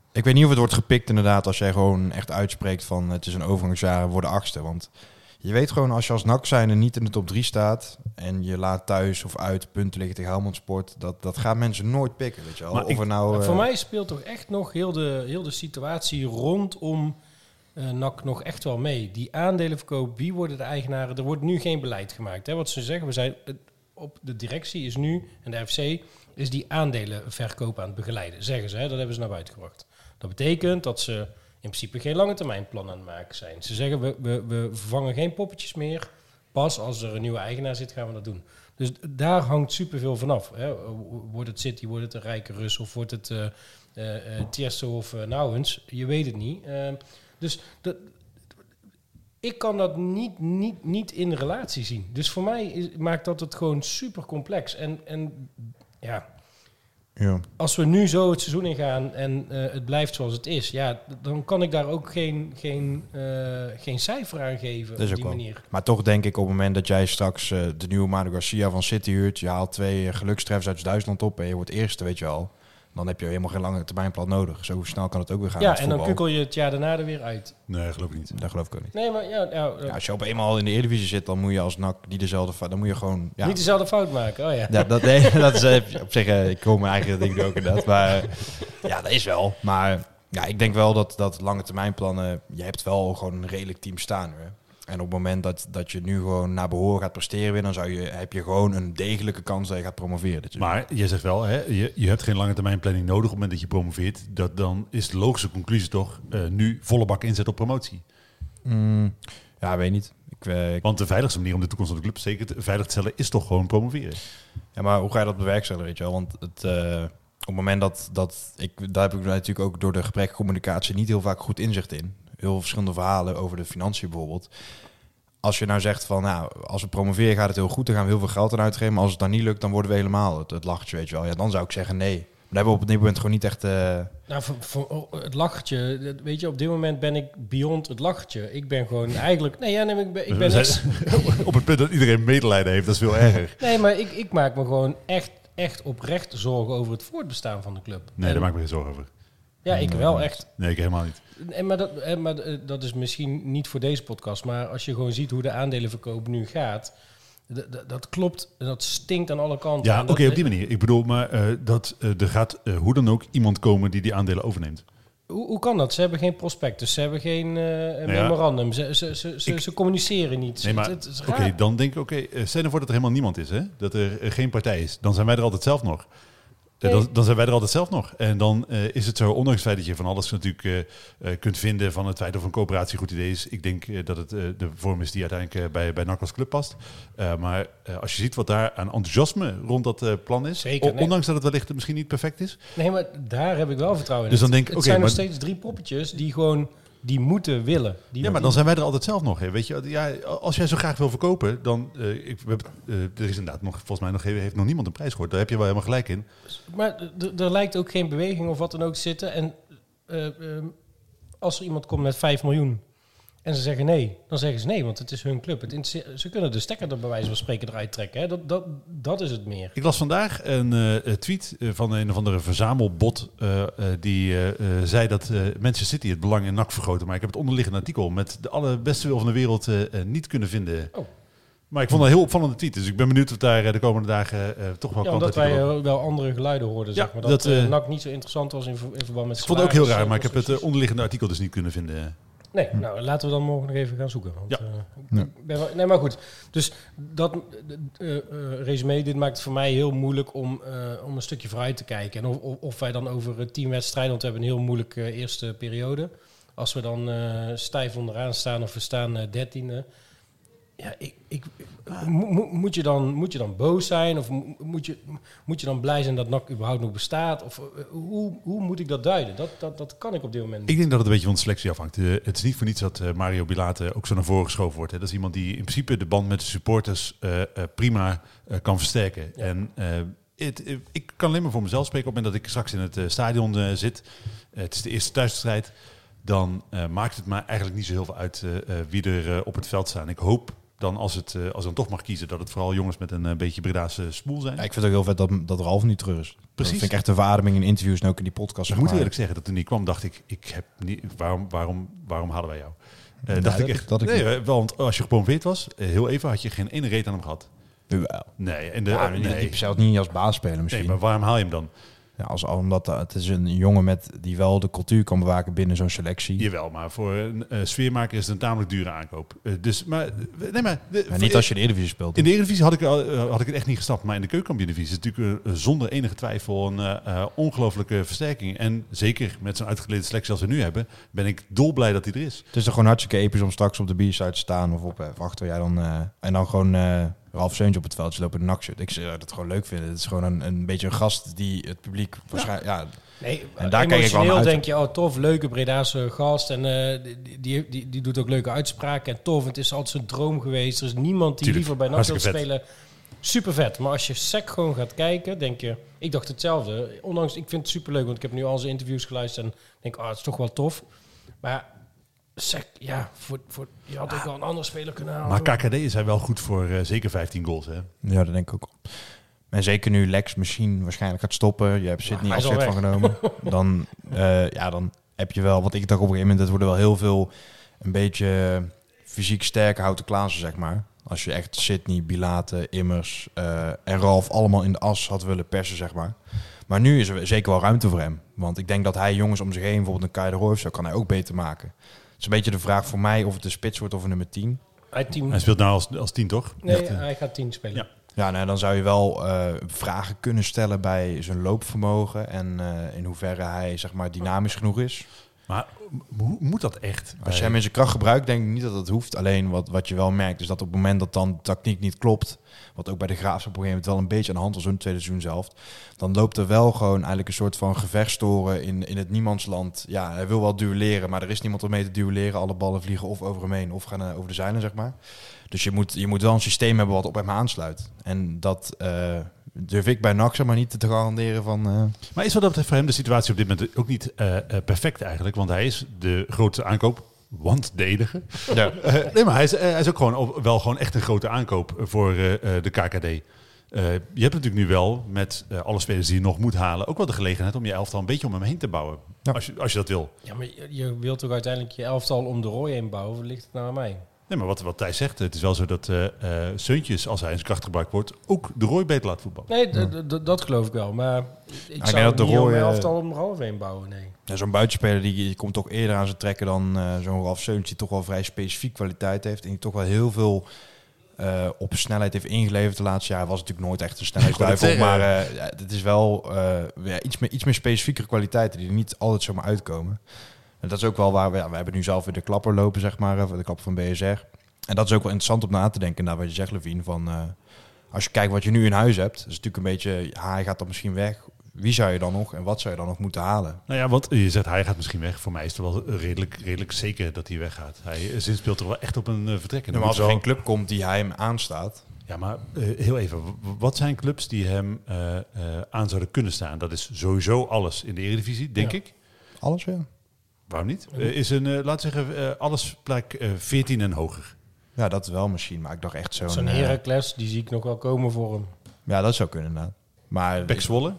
Ik weet niet of het wordt gepikt inderdaad als jij gewoon echt uitspreekt van het is een overgangsjaar, we worden achtste. Want je weet gewoon als je als N A C zijnde niet in de top drie staat en je laat thuis of uit punten liggen tegen Helmond Sport, dat, dat gaan mensen nooit pikken, weet je wel. Maar of ik, er nou, uh, voor mij speelt toch echt nog heel de, heel de situatie rondom uh, N A C nog echt wel mee. Die aandelenverkoop, wie worden de eigenaren? Er wordt nu geen beleid gemaakt. Hè? Wat ze zeggen, we zijn op de directie is nu, en de F C is die aandelenverkoop aan het begeleiden, zeggen ze. Hè? Dat hebben ze naar buiten gebracht. Dat betekent dat ze in principe geen lange termijn plan aan het maken zijn. Ze zeggen, we, we, we vervangen geen poppetjes meer. Pas als er een nieuwe eigenaar zit, gaan we dat doen. Dus daar hangt superveel vanaf. Hè. Wordt het City, wordt het een rijke Rus of wordt het uh, uh, uh, Tiesto of uh, Nouwens? Je weet het niet. Uh, dus dat, ik kan dat niet, niet, niet in relatie zien. Dus voor mij is, maakt dat het gewoon super complex. En, en ja... ja. Als we nu zo het seizoen ingaan en uh, het blijft zoals het is, ja, dan kan ik daar ook geen, geen, uh, geen cijfer aan geven Dat is op ook die wel. manier. Maar toch denk ik op het moment dat jij straks uh, de nieuwe Manu Garcia van City huurt, je haalt twee uh, gelukstreffers uit Duitsland op en je wordt eerste, weet je wel. Dan heb je helemaal geen lange termijnplan nodig. Zo snel kan het ook weer gaan. Ja, met en dan voetbal. kukkel je het jaar daarna er weer uit. Nee, geloof ik niet. Dat geloof ik ook niet. Nee, maar ja, nou, Ja, als je op eenmaal in de Eredivisie zit, dan moet je als N A C die dezelfde fout, dan moet je gewoon... Ja, niet dezelfde fout maken. Oh ja. ja, dat, nee, dat is uh, op zich, uh, ik kom mijn eigen ding ook inderdaad. Maar uh, ja, dat is wel. Maar ja, ik denk wel dat, dat lange termijnplannen, je hebt wel gewoon een redelijk team staan. Hè. En op het moment dat, dat je nu gewoon naar behoren gaat presteren weer, dan zou je, heb je gewoon een degelijke kans dat je gaat promoveren. Dus Maar je zegt wel, hè, je, je hebt geen lange termijn planning nodig op het moment dat je promoveert. Dat, dan is de logische conclusie toch uh, nu volle bak inzet op promotie. Mm, ja, weet niet. Ik, uh, ik, Want de veiligste manier om de toekomst van de club zeker te, veilig te stellen is toch gewoon promoveren. ja, maar hoe ga je dat bewerkstelligen, weet je wel? Want het, uh, op het moment dat, dat ik, daar heb ik natuurlijk ook door de gebrek communicatie niet heel vaak goed inzicht in. Heel veel verschillende verhalen over de financiën bijvoorbeeld. Als je nou zegt van, nou, als we promoveren gaat het heel goed, dan gaan we heel veel geld aan uitgeven. Maar als het dan niet lukt, dan worden we helemaal het, het lachertje, weet je wel. Ja, dan zou ik zeggen nee. Maar daar hebben we op dit moment gewoon niet echt... Uh... Nou, voor, voor het lachertje, dat- weet je, op dit moment ben ik beyond het lachertje. Ik ben gewoon eigenlijk... Nee, ja, nee, ik ben, ik ben We echt... zijn op het punt dat iedereen medelijden heeft, dat is veel erger. Nee, maar ik, ik maak me gewoon echt, echt oprecht zorgen over het voortbestaan van de club. Nee, En- daar maak ik me geen zorgen over. Ja, ik wel echt. Nee, ik helemaal niet. En maar dat, en maar eh, dat is misschien niet voor deze podcast, maar als je gewoon ziet hoe de aandelenverkoop nu gaat, d- d- dat klopt, dat stinkt aan alle kanten. Ja, En oké, dat- op die manier. Ik bedoel, maar uh, dat uh, er gaat uh, hoe dan ook iemand komen die die aandelen overneemt. Hoe, hoe kan dat? Ze hebben geen prospectus, ze hebben geen uh, memorandum, ze, ze, ze, ze, Ik- ze communiceren niet. Nee, maar Het- het is oké, raar. dan denk ik, oké, uh, stel je voor dat er helemaal niemand is, hè? Dat er uh, geen partij is. Dan zijn wij er altijd zelf nog. Uh, Nee. dan, dan zijn wij er altijd zelf nog. En dan uh, is het zo, ondanks het feit dat je van alles natuurlijk uh, uh, kunt vinden van het feit of een coöperatie een goed idee is. Ik denk uh, dat het uh, de vorm is die uiteindelijk uh, bij, bij N A C als club past. Uh, maar uh, als je ziet wat daar aan enthousiasme rond dat uh, plan is, Zeker, o- nee. ondanks dat het wellicht misschien niet perfect is. Nee, maar daar heb ik wel vertrouwen in. Dus dan Het- denk ik, het oké, zijn nog maar- steeds drie poppetjes die gewoon, die moeten willen. Die Ja, maar dan zijn wij er altijd zelf nog. Hè. Weet je, ja, als jij zo graag wil verkopen, dan... Uh, ik, we hebben, uh, er is inderdaad nog, volgens mij nog, heeft nog niemand een prijs gehoord. Daar heb je wel helemaal gelijk in. Maar d- er lijkt ook geen beweging of wat dan ook te zitten. En eh, eh, als er iemand komt met vijf miljoen en ze zeggen nee, dan zeggen ze nee, want het is hun club. Het interesse- ze kunnen de stekker er bij wijze van spreken eruit trekken. Hè? Dat, dat, dat is het meer. Ik las vandaag een uh, tweet uh, van een of andere verzamelbot uh, uh, die uh, uh, zei dat uh, Manchester City het belang in N A C vergroten. Maar ik heb het onderliggende artikel met de allerbeste wil van de wereld uh, uh, niet kunnen vinden. Oh. Maar ik vond dat een heel opvallende tweet. Dus ik ben benieuwd of daar uh, de komende dagen uh, toch wel Ja, kant omdat uit wij komen. eh, wel andere geluiden hoorden, Ja, zeg maar. Dat, dat, eh, eh, N A C niet zo interessant was in, ver- in verband met Ik vond het ook heel raar, salaris, maar ik heb het uh, constructies. onderliggende artikel dus niet kunnen vinden. Nee, nou laten we dan morgen nog even gaan zoeken. Want, Ja. eh, Ja. ik ben wel- nee, maar goed. Dus dat uh, uh, resume, dit maakt het voor mij heel moeilijk om, uh, om een stukje vooruit te kijken. En of, of, of wij dan over uh, tien wedstrijden, want we hebben een heel moeilijke uh, eerste periode. Als we dan uh, stijf onderaan staan of we staan uh, dertiende. Ja, ik, ik, mo- mo- moet, je dan, moet je dan boos zijn? Of mo- moet je, moet je dan blij zijn dat N A C überhaupt nog bestaat? Of uh, hoe, hoe moet ik dat duiden? Dat, dat, dat kan ik op dit moment niet. Ik denk dat het een beetje van de selectie afhangt. Uh, het is niet voor niets dat uh, Mario Bilate ook zo naar voren geschoven wordt. Hè. Dat is iemand die in principe de band met de supporters uh, uh, prima uh, kan versterken. Ja. En uh, het, uh, ik kan alleen maar voor mezelf spreken. Op het moment dat ik straks in het uh, stadion uh, zit. Uh, het is de eerste thuiswedstrijd. Dan uh, maakt het me eigenlijk niet zo heel veel uit uh, uh, wie er uh, op het veld staan. Ik hoop dan als het uh, als dan toch mag kiezen dat het vooral jongens met een uh, beetje Bredaanse smoel zijn. Ja, ik vind het ook heel vet dat, dat Ralf niet terug is. Precies. Dat vind ik echt een verademing in interviews en ook in die podcast. Ik zeg moet maar. eerlijk zeggen dat toen die kwam, dacht ik, ik heb niet, waarom, waarom, waarom hadden wij jou? Uh, Nee, dacht dat ik ik- echt. dat ik nee, wel, want als je gepromoveerd was, uh, heel even had je geen ene reet aan hem gehad. Jawel. Nee, en de, Ja, uh, die, nee. die zelfs niet als baas spelen misschien. nee, maar waarom haal je hem dan? Ja, als, omdat uh, het is een jongen met die wel de cultuur kan bewaken binnen zo'n selectie. Jawel, maar voor een uh, sfeermaker is het een tamelijk dure aankoop. Uh, dus, maar, uh, nee, maar de, Maar niet als je de Eredivisie speelt. in de Eredivisie had ik, uh, had ik het echt niet gestapt. Maar in de Keukenkampioen-divisie is het natuurlijk uh, zonder enige twijfel een uh, uh, ongelooflijke versterking. En zeker met zo'n uitgeklede selectie als we nu hebben, ben ik dolblij dat hij er is. Het is toch gewoon hartstikke episch om straks op de B-side te staan of op F achter jij dan uh, en dan gewoon uh, Ralf Seuntje op het veldje lopen in een nakshirt. Ik zou dat gewoon leuk vinden. Het is gewoon een, een beetje een gast die het publiek waarschijnlijk ja. Nee, En daar kijk ik wel naar emotioneel uit. denk je, oh tof, leuke Bredaanse gast. En uh, die, die, die, die doet ook leuke uitspraken. En tof, het is altijd zijn droom geweest. Er is niemand die Tuurlijk, liever bij N A C wil hartstikke vet. spelen. Super vet. Maar als je S E C gewoon gaat kijken, denk je... Ik dacht hetzelfde. Ondanks, ik vind het super leuk, want ik heb nu al zijn interviews geluisterd. En denk, oh, het is toch wel tof. Maar S E C, ja, voor, voor, je had ook wel een andere speler kunnen halen. Maar K K D is hij wel goed voor uh, zeker vijftien goals. Hè? Ja, dat denk ik ook. En zeker nu Lex misschien waarschijnlijk gaat stoppen. Je hebt Sydney hij is al afzet van weg. genomen. Dan, uh, ja, dan heb je wel... Want ik dacht op een gegeven moment... Het worden wel heel veel... Een beetje fysiek sterke houten Klaassen, zeg maar. Als je echt Sydney, Bilate, Immers uh, en Ralf allemaal in de as had willen persen, zeg maar. Maar nu is er zeker wel ruimte voor hem. Want ik denk dat hij jongens om zich heen... Bijvoorbeeld een Kai de Roy of zo... kan hij ook beter maken. Het is een beetje de vraag voor mij... of het een spits wordt of een nummer tien. Hij, team, Hij speelt nou als, als tien, toch? nee, Echt, uh, hij gaat tien spelen. Ja. Ja, nou, dan zou je wel uh, vragen kunnen stellen bij zijn loopvermogen en uh, in hoeverre hij zeg maar dynamisch genoeg is. Maar hoe moet dat echt? Als je hem in zijn kracht gebruikt, denk ik niet dat dat hoeft. Alleen wat, wat je wel merkt is dat op het moment dat dan de tactiek niet klopt, wat ook bij de Graafschap op een gegeven moment wel een beetje aan de hand was in het tweede seizoen zelf, dan loopt er wel gewoon eigenlijk een soort van gevechtstoren in, in het niemandsland. Ja, hij wil wel duelleren, maar er is niemand om mee te duelleren. Alle ballen vliegen of over hem heen of gaan uh, over de zeilen, zeg maar. Dus je moet, je moet wel een systeem hebben wat op hem aansluit. En dat uh, durf ik bij N A C maar niet te garanderen van... Uh... Maar is wat dat betreft voor hem de situatie op dit moment ook niet uh, uh, perfect eigenlijk? Want hij is de grootste aankoop, want de enige. Ja. Uh, nee, maar hij is, uh, hij is ook gewoon, op, wel gewoon echt een grote aankoop voor uh, uh, de K K D. Uh, je hebt natuurlijk nu wel met uh, alle spelers die je nog moet halen... ook wel de gelegenheid om je elftal een beetje om hem heen te bouwen. Ja. Als, je, als je dat wil. Ja, maar je, je wilt toch uiteindelijk je elftal om de Roy heen bouwen? Of ligt het nou aan mij? Nee, maar wat, wat Thijs zegt, het is wel zo dat uh, uh, Seuntjes, als hij in zijn kracht gebruikt wordt... ook de Roy beter laat voetballen. Nee, d- d- dat geloof ik wel. Maar ik denk zou dat de niet om Roy, mijn eh, elftal om de half heen bouwen, nee. Ja, zo'n buitenspeler die, die komt toch eerder aan zijn trekken dan uh, zo'n Ralf Seuntje... die toch wel vrij specifiek kwaliteit heeft. En die toch wel heel veel uh, op snelheid heeft ingeleverd de laatste jaren. Was natuurlijk nooit echt een snelheidsduivel. Maar uh, ja, het is wel uh, ja, iets, meer, iets meer specifiekere kwaliteiten... die er niet altijd zomaar uitkomen. En dat is ook wel waar we... Ja, we hebben nu zelf weer de klapper lopen, zeg maar. De klapper van B S R. En dat is ook wel interessant om na te denken, naar wat je zegt, Levine. Van, uh, als je kijkt wat je nu in huis hebt, is natuurlijk een beetje, ja, hij gaat dan misschien weg. Wie zou je dan nog en wat zou je dan nog moeten halen? Nou ja, want je zegt hij gaat misschien weg. Voor mij is het wel redelijk, redelijk zeker dat hij weggaat. Hij zinspeelt er wel echt op een uh, vertrek. Ja, maar als er wel... geen club komt die hij hem aanstaat. Ja, maar uh, heel even. Wat zijn clubs die hem uh, uh, aan zouden kunnen staan? Dat is sowieso alles in de Eredivisie, denk Ja. ik. Alles, ja. Waarom niet? Uh, is een, uh, laat zeggen, uh, alles plek uh, veertien en hoger. Ja, dat wel misschien. Maar ik dacht echt zo'n... Zo'n uh, Heracles, die zie ik nog wel komen voor hem. Ja, dat zou kunnen inderdaad. Maar Pek Zwolle?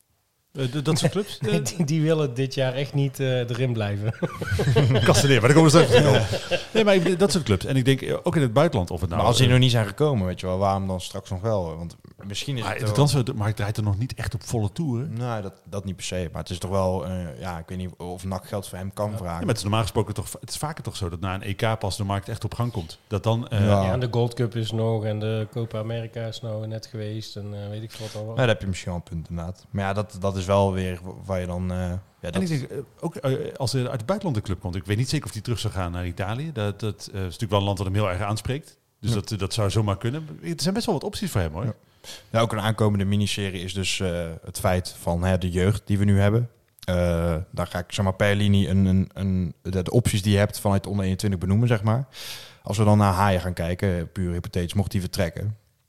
Uh, d- dat soort clubs? Nee, die, die willen dit jaar echt niet uh, erin blijven. Kasteneer, maar daar komen we straks nog op. Nee, maar ik- dat soort clubs. En ik denk uh, ook in het buitenland of het nou... maar als die uh, nog niet zijn gekomen, weet je wel, waarom dan straks nog wel? Want misschien is maar het de wel- transfermarkt draait er nog niet echt op volle toeren. Nee, dat, dat niet per se. Maar het is toch wel... Uh, ja, ik weet niet of N A C geld voor hem kan vragen. Ja, maar het is normaal gesproken toch... Het is vaker toch zo dat na een E K pas de markt echt op gang komt. Dat dan... Uh, Ja. Ja, en de Gold Cup is nog en de Copa America is nou net geweest. En uh, weet ik veel wat al. Ja, daar heb je misschien wel een punt inderdaad. Maar ja, dat, dat is wel weer waar je dan... Uh, ja, dat En ik denk, uh, ook uh, als er uit het buitenland een club komt... Ik weet niet zeker of die terug zou gaan naar Italië. Dat, dat uh, is natuurlijk wel een land dat hem heel erg aanspreekt. Dus Ja. dat, dat zou zomaar kunnen. Er zijn best wel wat opties voor hem, hoor. Ja. Ja, ook een aankomende miniserie is dus uh, het feit van hè, de jeugd die we nu hebben. Uh, daar ga ik zeg maar per linie een, een, een, de, de opties die je hebt vanuit onder eenentwintig benoemen, zeg maar. Als we dan naar Haaien gaan kijken, puur hypothetisch, mocht die vertrekken.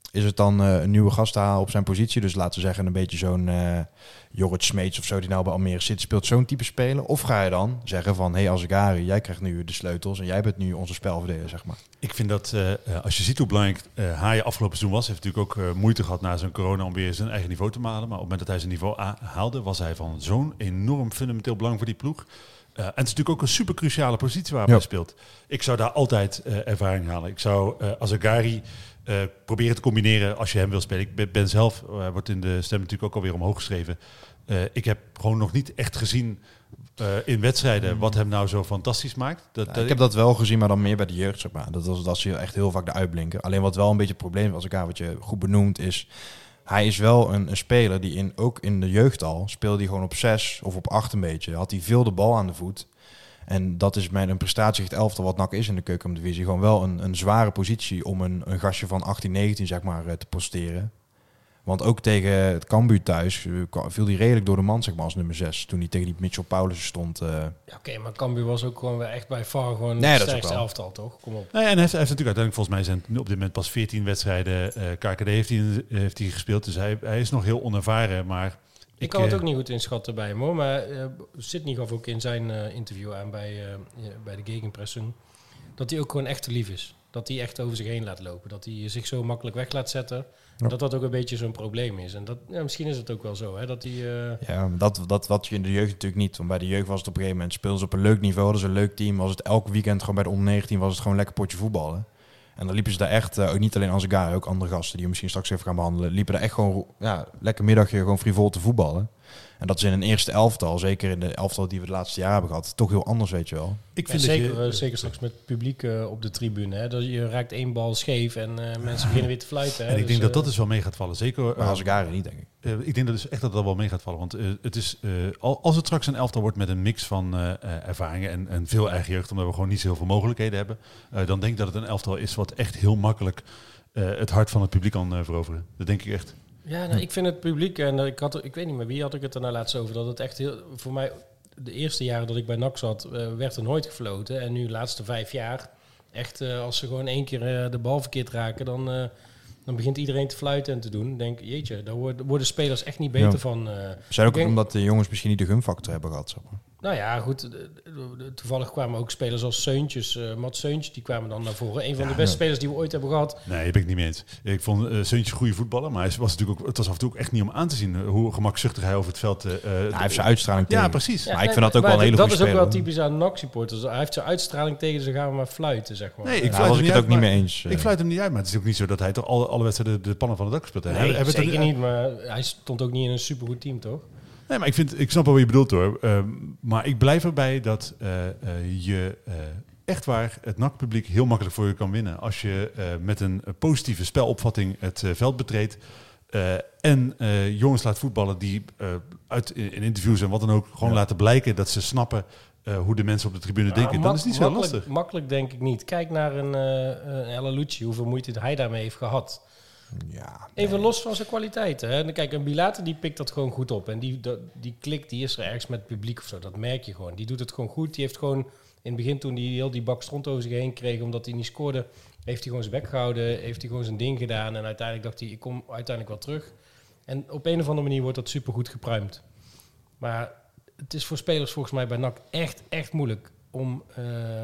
is het dan uh, een nieuwe gast te halen op zijn positie? Dus laten we zeggen een beetje zo'n uh, Jorrit Smeets of zo die nou bij Almere City speelt, zo'n type spelen? Of ga je dan zeggen van, hé hey, Azegari, jij krijgt nu de sleutels en jij bent nu onze spelverdeler, zeg maar? Ik vind dat, uh, als je ziet hoe belangrijk uh, Haaien afgelopen seizoen was, heeft natuurlijk ook uh, moeite gehad na zijn corona om weer zijn eigen niveau te halen. Maar op het moment dat hij zijn niveau a- haalde, was hij van zo'n enorm fundamenteel belang voor die ploeg. Uh, en het is natuurlijk ook een super cruciale positie waar hij ja. speelt. Ik zou daar altijd uh, ervaring halen. Ik zou uh, Azegari uh, proberen te combineren als je hem wil spelen. Ik ben, ben zelf, uh, wordt in de stem natuurlijk ook alweer omhoog geschreven. Uh, ik heb gewoon nog niet echt gezien uh, in wedstrijden wat hem nou zo fantastisch maakt. Dat, ja, dat ik heb dat wel gezien, maar dan meer bij de jeugd, zeg maar. Dat was dat ze echt heel vaak de uitblinken. Alleen wat wel een beetje het probleem was, wat je goed benoemt, is hij is wel een, een speler die in, ook in de jeugd al speelde hij gewoon op zes of op acht een beetje. Had hij veel de bal aan de voet. En dat is met een prestatiegecht elftal wat N A C is in de keukendivisie. Gewoon wel een, een zware positie om een, een gastje van achttien, negentien zeg maar te posteren. Want ook tegen het Cambuur thuis uh, viel hij redelijk door de man, zeg maar, als nummer zes. Toen hij tegen die Mitchell Paulussen stond. Uh... Ja, Oké, okay, maar Cambuur was ook gewoon weer echt bij far gewoon nee, het sterkste elftal, toch? Kom op. Nee, en hij heeft, hij heeft natuurlijk uiteindelijk volgens mij zijn op dit moment pas veertien wedstrijden uh, K K D heeft hij, heeft hij gespeeld. Dus hij, hij is nog heel onervaren, maar... Ik, ik kan het ook niet goed inschatten bij hem, hoor. Maar uh, Sidney gaf ook in zijn uh, interview aan bij, uh, bij de Gegenpressing dat hij ook gewoon echt te lief is. Dat hij echt over zich heen laat lopen. Dat hij zich zo makkelijk weg laat zetten. Ja. Dat dat ook een beetje zo'n probleem is. En dat, ja, misschien is het ook wel zo. Hè, dat hij, uh... Ja, dat, dat wat je in de jeugd natuurlijk niet. Want bij de jeugd was het op een gegeven moment speelden ze op een leuk niveau. Dat is een leuk team. Was het elk weekend gewoon bij de onder negentien was het gewoon lekker potje voetballen. En dan liepen ze daar echt, uh, ook niet alleen Azegari, ook andere gasten die we misschien straks even gaan behandelen, liepen daar echt gewoon ja, lekker middagje gewoon frivol te voetballen. En dat is in een eerste elftal, zeker in de elftal die we de laatste jaren hebben gehad, toch heel anders, weet je wel. Ik vind ja, zeker, je, uh, zeker straks met publiek uh, op de tribune. Hè, dat je raakt één bal scheef en uh, mensen beginnen weer te fluiten. Hè, en ik dus, denk uh, dat dat dus wel mee gaat vallen. Zeker maar Azegari niet, denk ik. Uh, ik denk dat dus echt dat dat wel mee gaat vallen. Want uh, het is, uh, als het straks een elftal wordt met een mix van uh, uh, ervaringen en, en veel eigen jeugd, omdat we gewoon niet zo heel veel mogelijkheden hebben, uh, dan denk ik dat het een elftal is wat echt heel makkelijk uh, het hart van het publiek kan uh, veroveren. Dat denk ik echt. Ja, nou, ik vind het publiek, en ik, had, ik weet niet meer wie had ik het er nou laatst over, dat het echt heel, voor mij, de eerste jaren dat ik bij N A C zat, uh, werd er nooit gefloten. En nu de laatste vijf jaar, echt uh, als ze gewoon één keer uh, de bal verkeerd raken, dan, uh, dan begint iedereen te fluiten en te doen. Denk, jeetje, daar worden, worden spelers echt niet beter ja. van. Uh, Zijn ook denk, omdat de jongens misschien niet de gunfactor hebben gehad, zeg maar. Nou ja, goed. Toevallig kwamen ook spelers als Seuntjes, uh, Mats Seuntjes, die kwamen dan naar voren. Een van ja, de beste ja. spelers die we ooit hebben gehad. Nee, daar ben ik niet mee eens. Ik vond uh, Seuntjes een goede voetballer, maar hij was natuurlijk ook, het was af en toe ook echt niet om aan te zien uh, hoe gemakzuchtig hij over het veld... Uh, ja, hij heeft zijn uitstraling tegen. Ja, precies. Ja, maar ik vind dat ook wel een hele goede speler. Dat is ook wel typisch aan N A C-supporters. Hij heeft zijn uitstraling tegen, dus dan gaan we maar fluiten, zeg maar. Nee, ik ja, fluit was hem ik het ook niet mee eens. Ik fluit hem niet uit, maar het is ook niet zo dat hij toch alle, alle wedstrijden de, de pannen van het dak gespeeld heeft. Nee, hij, hij zeker er, niet, maar hij stond ook niet in een supergoed team, toch? Nee, maar ik, vind, ik snap wel wat je bedoelt hoor. Um, maar ik blijf erbij dat uh, uh, je uh, echt waar het N A C-publiek heel makkelijk voor je kan winnen. Als je uh, met een positieve spelopvatting het uh, veld betreedt. Uh, en uh, jongens laat voetballen die uh, uit, in, in interviews en wat dan ook gewoon ja. laten blijken dat ze snappen uh, hoe de mensen op de tribune denken. Nou, dan is het niet zo makkelijk, lastig. Makkelijk denk ik niet. Kijk naar een, uh, een El Alouchi, hoeveel moeite hij daarmee heeft gehad. Ja, Even nee. los van zijn kwaliteiten. Hè. Kijk, een Bilate die pikt dat gewoon goed op. En die, dat, die klik die is er ergens met het publiek of zo. Dat merk je gewoon. Die doet het gewoon goed. Die heeft gewoon in het begin toen hij heel die bak stront over zich heen kreeg, omdat hij niet scoorde, heeft hij gewoon zijn bek gehouden. Heeft hij gewoon zijn ding gedaan. En uiteindelijk dacht hij, ik kom uiteindelijk wel terug. En op een of andere manier wordt dat supergoed gepruimd. Maar het is voor spelers volgens mij bij N A C echt, echt moeilijk om... Uh,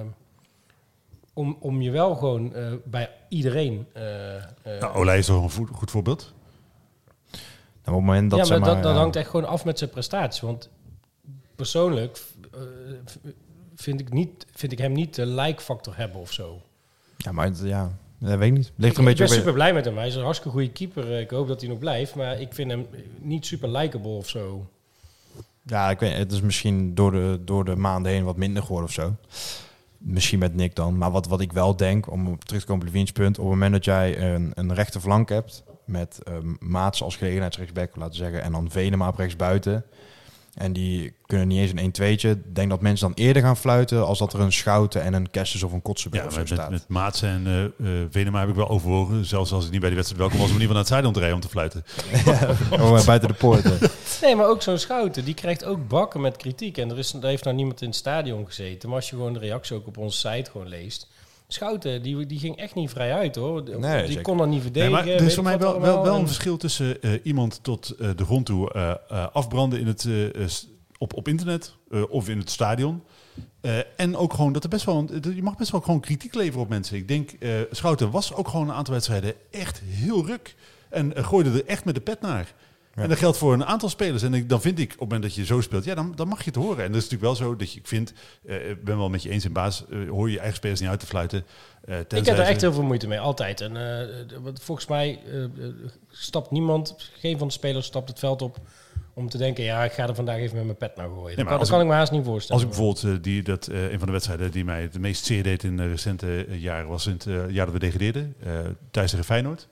Om, om je wel gewoon uh, bij iedereen... Uh, uh, nou, Olij is toch een vo- goed voorbeeld? Nou, op het moment dat ja, maar, maar, dat, dat ja. hangt echt gewoon af met zijn prestaties. Want persoonlijk uh, vind, ik niet, vind ik hem niet de like-factor hebben of zo. Ja, maar ja, dat weet ik niet. Ligt ik, er een beetje ik ben op super blij met hem. Hij is een hartstikke goede keeper. Ik hoop dat hij nog blijft. Maar ik vind hem niet super likable of zo. Ja, ik weet, het is misschien door de, door de maanden heen wat minder geworden of zo. Misschien met Nick dan. Maar wat, wat ik wel denk, om op terug te komen op Leviens punt, op het moment dat jij een, een rechterflank hebt met um, Maats als gelegenheidsrechtsback, laten we zeggen, en dan Venema op rechtsbuiten. En die kunnen niet eens een één-tweetje. Denk dat mensen dan eerder gaan fluiten als dat er een Schouten en een Kessers of een Kotsenberg ja, of zo met, staat. Met Maats en uh, uh, Venema heb ik wel overwogen. Zelfs als ik niet bij die wedstrijd welkom was, om in ieder geval naar het zijde om te rijden om te fluiten. Ja, oh, buiten de poorten. Nee, maar ook zo'n Schouten, die krijgt ook bakken met kritiek. En er, is, er heeft nou niemand in het stadion gezeten. Maar als je gewoon de reactie ook op onze site gewoon leest, Schouten, die, die ging echt niet vrij uit, hoor. Nee, die zeker. kon dat niet Nee, verdedigen. maar er weet is voor ik mij wat wel, wel, allemaal. wel een En- verschil tussen uh, iemand tot uh, de grond toe uh, uh, afbranden in het, uh, uh, op, op internet uh, of in het stadion. Uh, en ook gewoon dat er best wel een, je mag best wel gewoon kritiek leveren op mensen. Ik denk, uh, Schouten was ook gewoon een aantal wedstrijden echt heel ruk. En uh, gooide er echt met de pet naar. Ja. En dat geldt voor een aantal spelers. En ik, dan vind ik, op het moment dat je zo speelt, ja, dan, dan mag je het horen. En dat is natuurlijk wel zo dat je, ik vind, uh, ik ben wel met je eens in baas, uh, hoor je je eigen spelers niet uit te fluiten. Uh, ik heb er echt heel veel moeite mee, altijd. En uh, volgens mij uh, stapt niemand, geen van de spelers stapt het veld op om te denken, ja, ik ga er vandaag even met mijn pet naar gooien. Nee, dat, dat kan ik me haast niet voorstellen. Als ik bijvoorbeeld, uh, die, dat, uh, een van de wedstrijden die mij het meest zeer deed in de recente uh, jaren, was in het uh, jaar dat we degradeerden, uh, thuis tegen Feyenoord.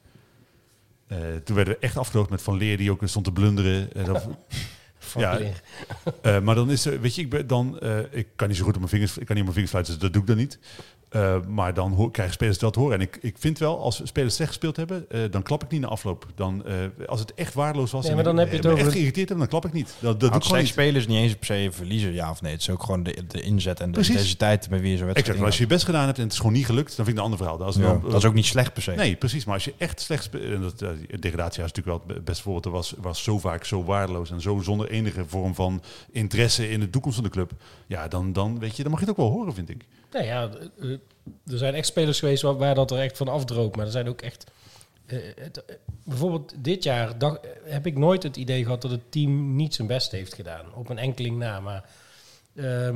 Uh, toen werden we echt afgelopen met Van Leer, die ook stond te blunderen. Uh, dat, ja, uh, maar dan is, uh, weet je, ik, ben, dan, uh, ik kan niet zo goed op mijn vingers, ik kan niet op mijn vingers fluiten, dus dat doe ik dan niet. Uh, maar dan ho- krijgen spelers dat te horen. En ik, ik vind wel, als spelers slecht gespeeld hebben, uh, dan klap ik niet na afloop. Dan, uh, als het echt waardeloos was, nee, maar dan en heb je ik het over echt geïrriteerd heb, dan klap ik niet. Dat, dat nou, doe ik slecht spelers niet eens per se verliezen, ja of nee. Het is ook gewoon de, de inzet en de Precies. intensiteit met wie je zo wedstrijd exact, maar als je je best gedaan hebt en het is gewoon niet gelukt, dan vind ik een ander verhaal. Als ja, dan, dat is ook niet slecht per se. Nee, precies. Maar als je echt slecht speelt, en dat, uh, degradatie is natuurlijk wel het beste voorbeeld, was, was zo vaak zo waardeloos en zo zonder enige vorm van interesse in de toekomst van de club. Ja, dan, dan weet je, dan mag je het ook wel horen, vind ik. Nou ja, uh, er zijn echt spelers geweest waar, waar dat er echt van afdroopt. Maar er zijn ook echt... Uh, het, uh, bijvoorbeeld dit jaar dag, uh, heb ik nooit het idee gehad dat het team niet zijn best heeft gedaan. Op een enkeling na. Maar uh,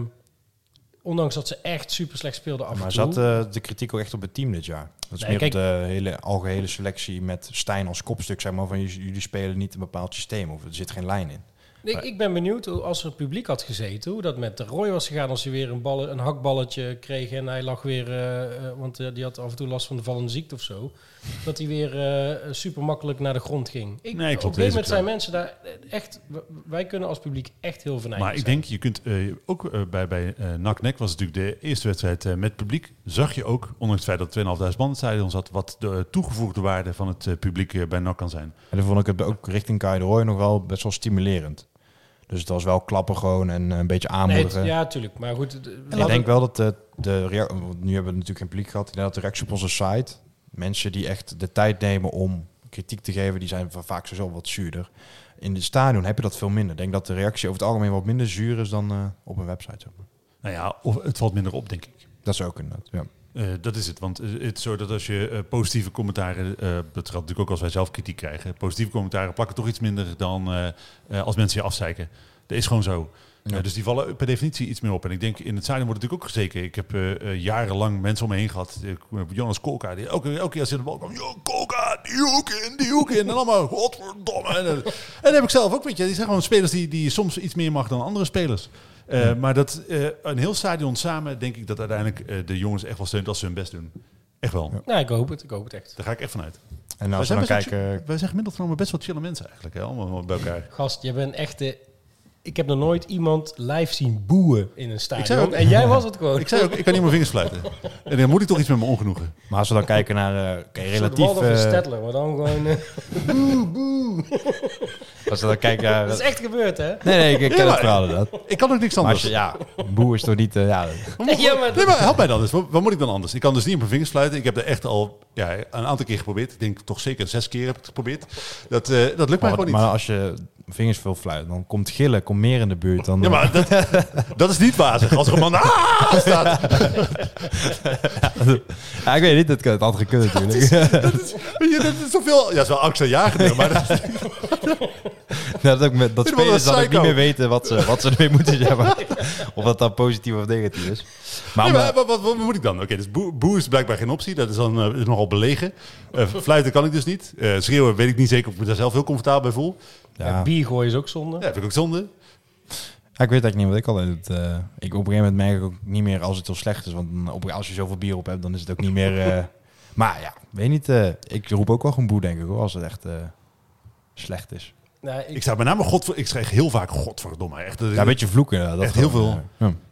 ondanks dat ze echt super slecht speelden af en maar toe... zat uh, de kritiek ook echt op het team dit jaar? Dat is Nee, meer kijk, op de hele algehele selectie met Stijn als kopstuk, zeg maar, van jullie spelen niet een bepaald systeem of er zit geen lijn in. Ik, ik ben benieuwd hoe, als er publiek had gezeten, hoe dat met de Roy was gegaan als hij weer een, ballen, een hakballetje kreeg en hij lag weer, uh, uh, want uh, die had af en toe last van de vallende ziekte of zo, dat hij weer uh, super makkelijk naar de grond ging. Ik, Nee, klopt. op een gegeven moment zijn mensen daar echt, wij kunnen als publiek echt heel venijnig Maar ik zijn. denk, je kunt uh, ook uh, bij, bij uh, N A C N E C was het natuurlijk de eerste wedstrijd uh, met publiek, zag je ook, ondanks het feit dat tweeënhalfduizend man in het stadion zat, wat de uh, toegevoegde waarde van het uh, publiek uh, bij N A C kan zijn. En dan vond ik het ook richting Kai de Roy nog wel best wel stimulerend. Dus het was wel klappen gewoon en een beetje aanmoedigen. Nee, het, ja, tuurlijk. Maar goed. De, en ik denk wel dat de, de rea- nu hebben we natuurlijk geen publiek gehad. Ik denk dat de reactie op onze site, mensen die echt de tijd nemen om kritiek te geven, die zijn vaak sowieso wat zuurder. In het stadion heb je dat veel minder. Ik denk dat de reactie over het algemeen wat minder zuur is dan uh, op een website. Zeg maar. Nou ja, of het valt minder op, denk ik. Dat is ook inderdaad, ja. Uh, dat is het, want het is zo dat als je uh, positieve commentaren, uh, dat geldt natuurlijk ook als wij zelf kritiek krijgen, positieve commentaren plakken toch iets minder dan uh, uh, als mensen je afzeiken. Dat is gewoon zo. Ja. Uh, dus die vallen per definitie iets meer op. En ik denk, in het zuiden wordt het natuurlijk ook gezeken. Ik heb uh, uh, jarenlang mensen om me heen gehad. Uh, Jonas Kolka, die elke, elke keer als hij in de bal kwam, Yo, Kolka, die hoek in, die hoek in. En allemaal, godverdomme. En, uh, en dat heb ik zelf ook, weet je. Die zijn gewoon spelers die, die soms iets meer mag dan andere spelers. Uh, ja. Maar dat uh, een heel stadion samen, denk ik dat uiteindelijk uh, de jongens echt wel steunt als ze hun best doen. Echt wel. Ja. Nou, ik hoop het. Ik hoop het echt. Daar ga ik echt vanuit. En als wij we dan zijn kijken... Wij zijn gemiddeld genomen best wel chille mensen eigenlijk, hè? Allemaal bij elkaar. Gast, je bent echt de... Ik heb nog nooit iemand live zien boeien in een stadion. Ook, en jij was het gewoon. Ik zei ook, ik kan niet mijn vingers fluiten. En dan moet ik toch iets met mijn ongenoegen. Maar als we dan kijken naar... Uh, okay, relatief... Een uh, Stedtler, maar dan gewoon... Uh, boe, boe. Als we dan kijken naar... Dat is echt gebeurd, hè? Nee, nee, ik, ik ken ja, het verhaal inderdaad. Ik kan ook niks Maar anders. als je, ja, boe is toch niet... Uh, ja, nee, ja, maar, nee, maar help mij dan eens. Wat, wat moet ik dan anders? Ik kan dus niet op mijn vingers fluiten. Ik heb er echt al ja, een aantal keer geprobeerd. Ik denk toch zeker zes keer heb ik het geprobeerd. Dat, uh, dat lukt mij maar, gewoon niet. Maar als je vingers veel fluit, dan komt gillen, komt meer in de buurt. Dan, ja, maar dat, dat is niet wazig. Als er een man ah, staat. ja, ik weet niet, dat kan het altijd kunnen natuurlijk. Dat is, dat is, weet je, dat is zoveel... Ja, dat is wel angstaanjagend, maar... Dat, ja, dat ook met, dat spelers dan ook niet meer weten wat ze, wat ze ermee moeten zeggen. Of dat dan positief of negatief is. Maar, nee, maar maar wat, wat, wat moet ik dan? Oké, okay, dus boe, boe is blijkbaar geen optie. Dat is dan uh, is nogal belegen. Uh, fluiten kan ik dus niet. Uh, schreeuwen weet ik niet zeker of ik me daar zelf heel comfortabel bij voel. ja. Ja, bier gooien is ook zonde. Ja, vind ik ook zonde. Ja, ik weet eigenlijk niet wat ik altijd doe. Uh, ik op een gegeven moment merk ik ook niet meer als het heel slecht is. Want op, als je zoveel bier op hebt, dan is het ook niet meer... Uh, maar ja, weet niet. Uh, ik roep ook wel gewoon boe, denk ik, hoor, als het echt uh, slecht is. Nou, ik... ik sta met name God, ik schrijf heel vaak godverdomme. Echt, ja, een beetje vloeken. Dat echt gewoon, heel veel. Uh, ja.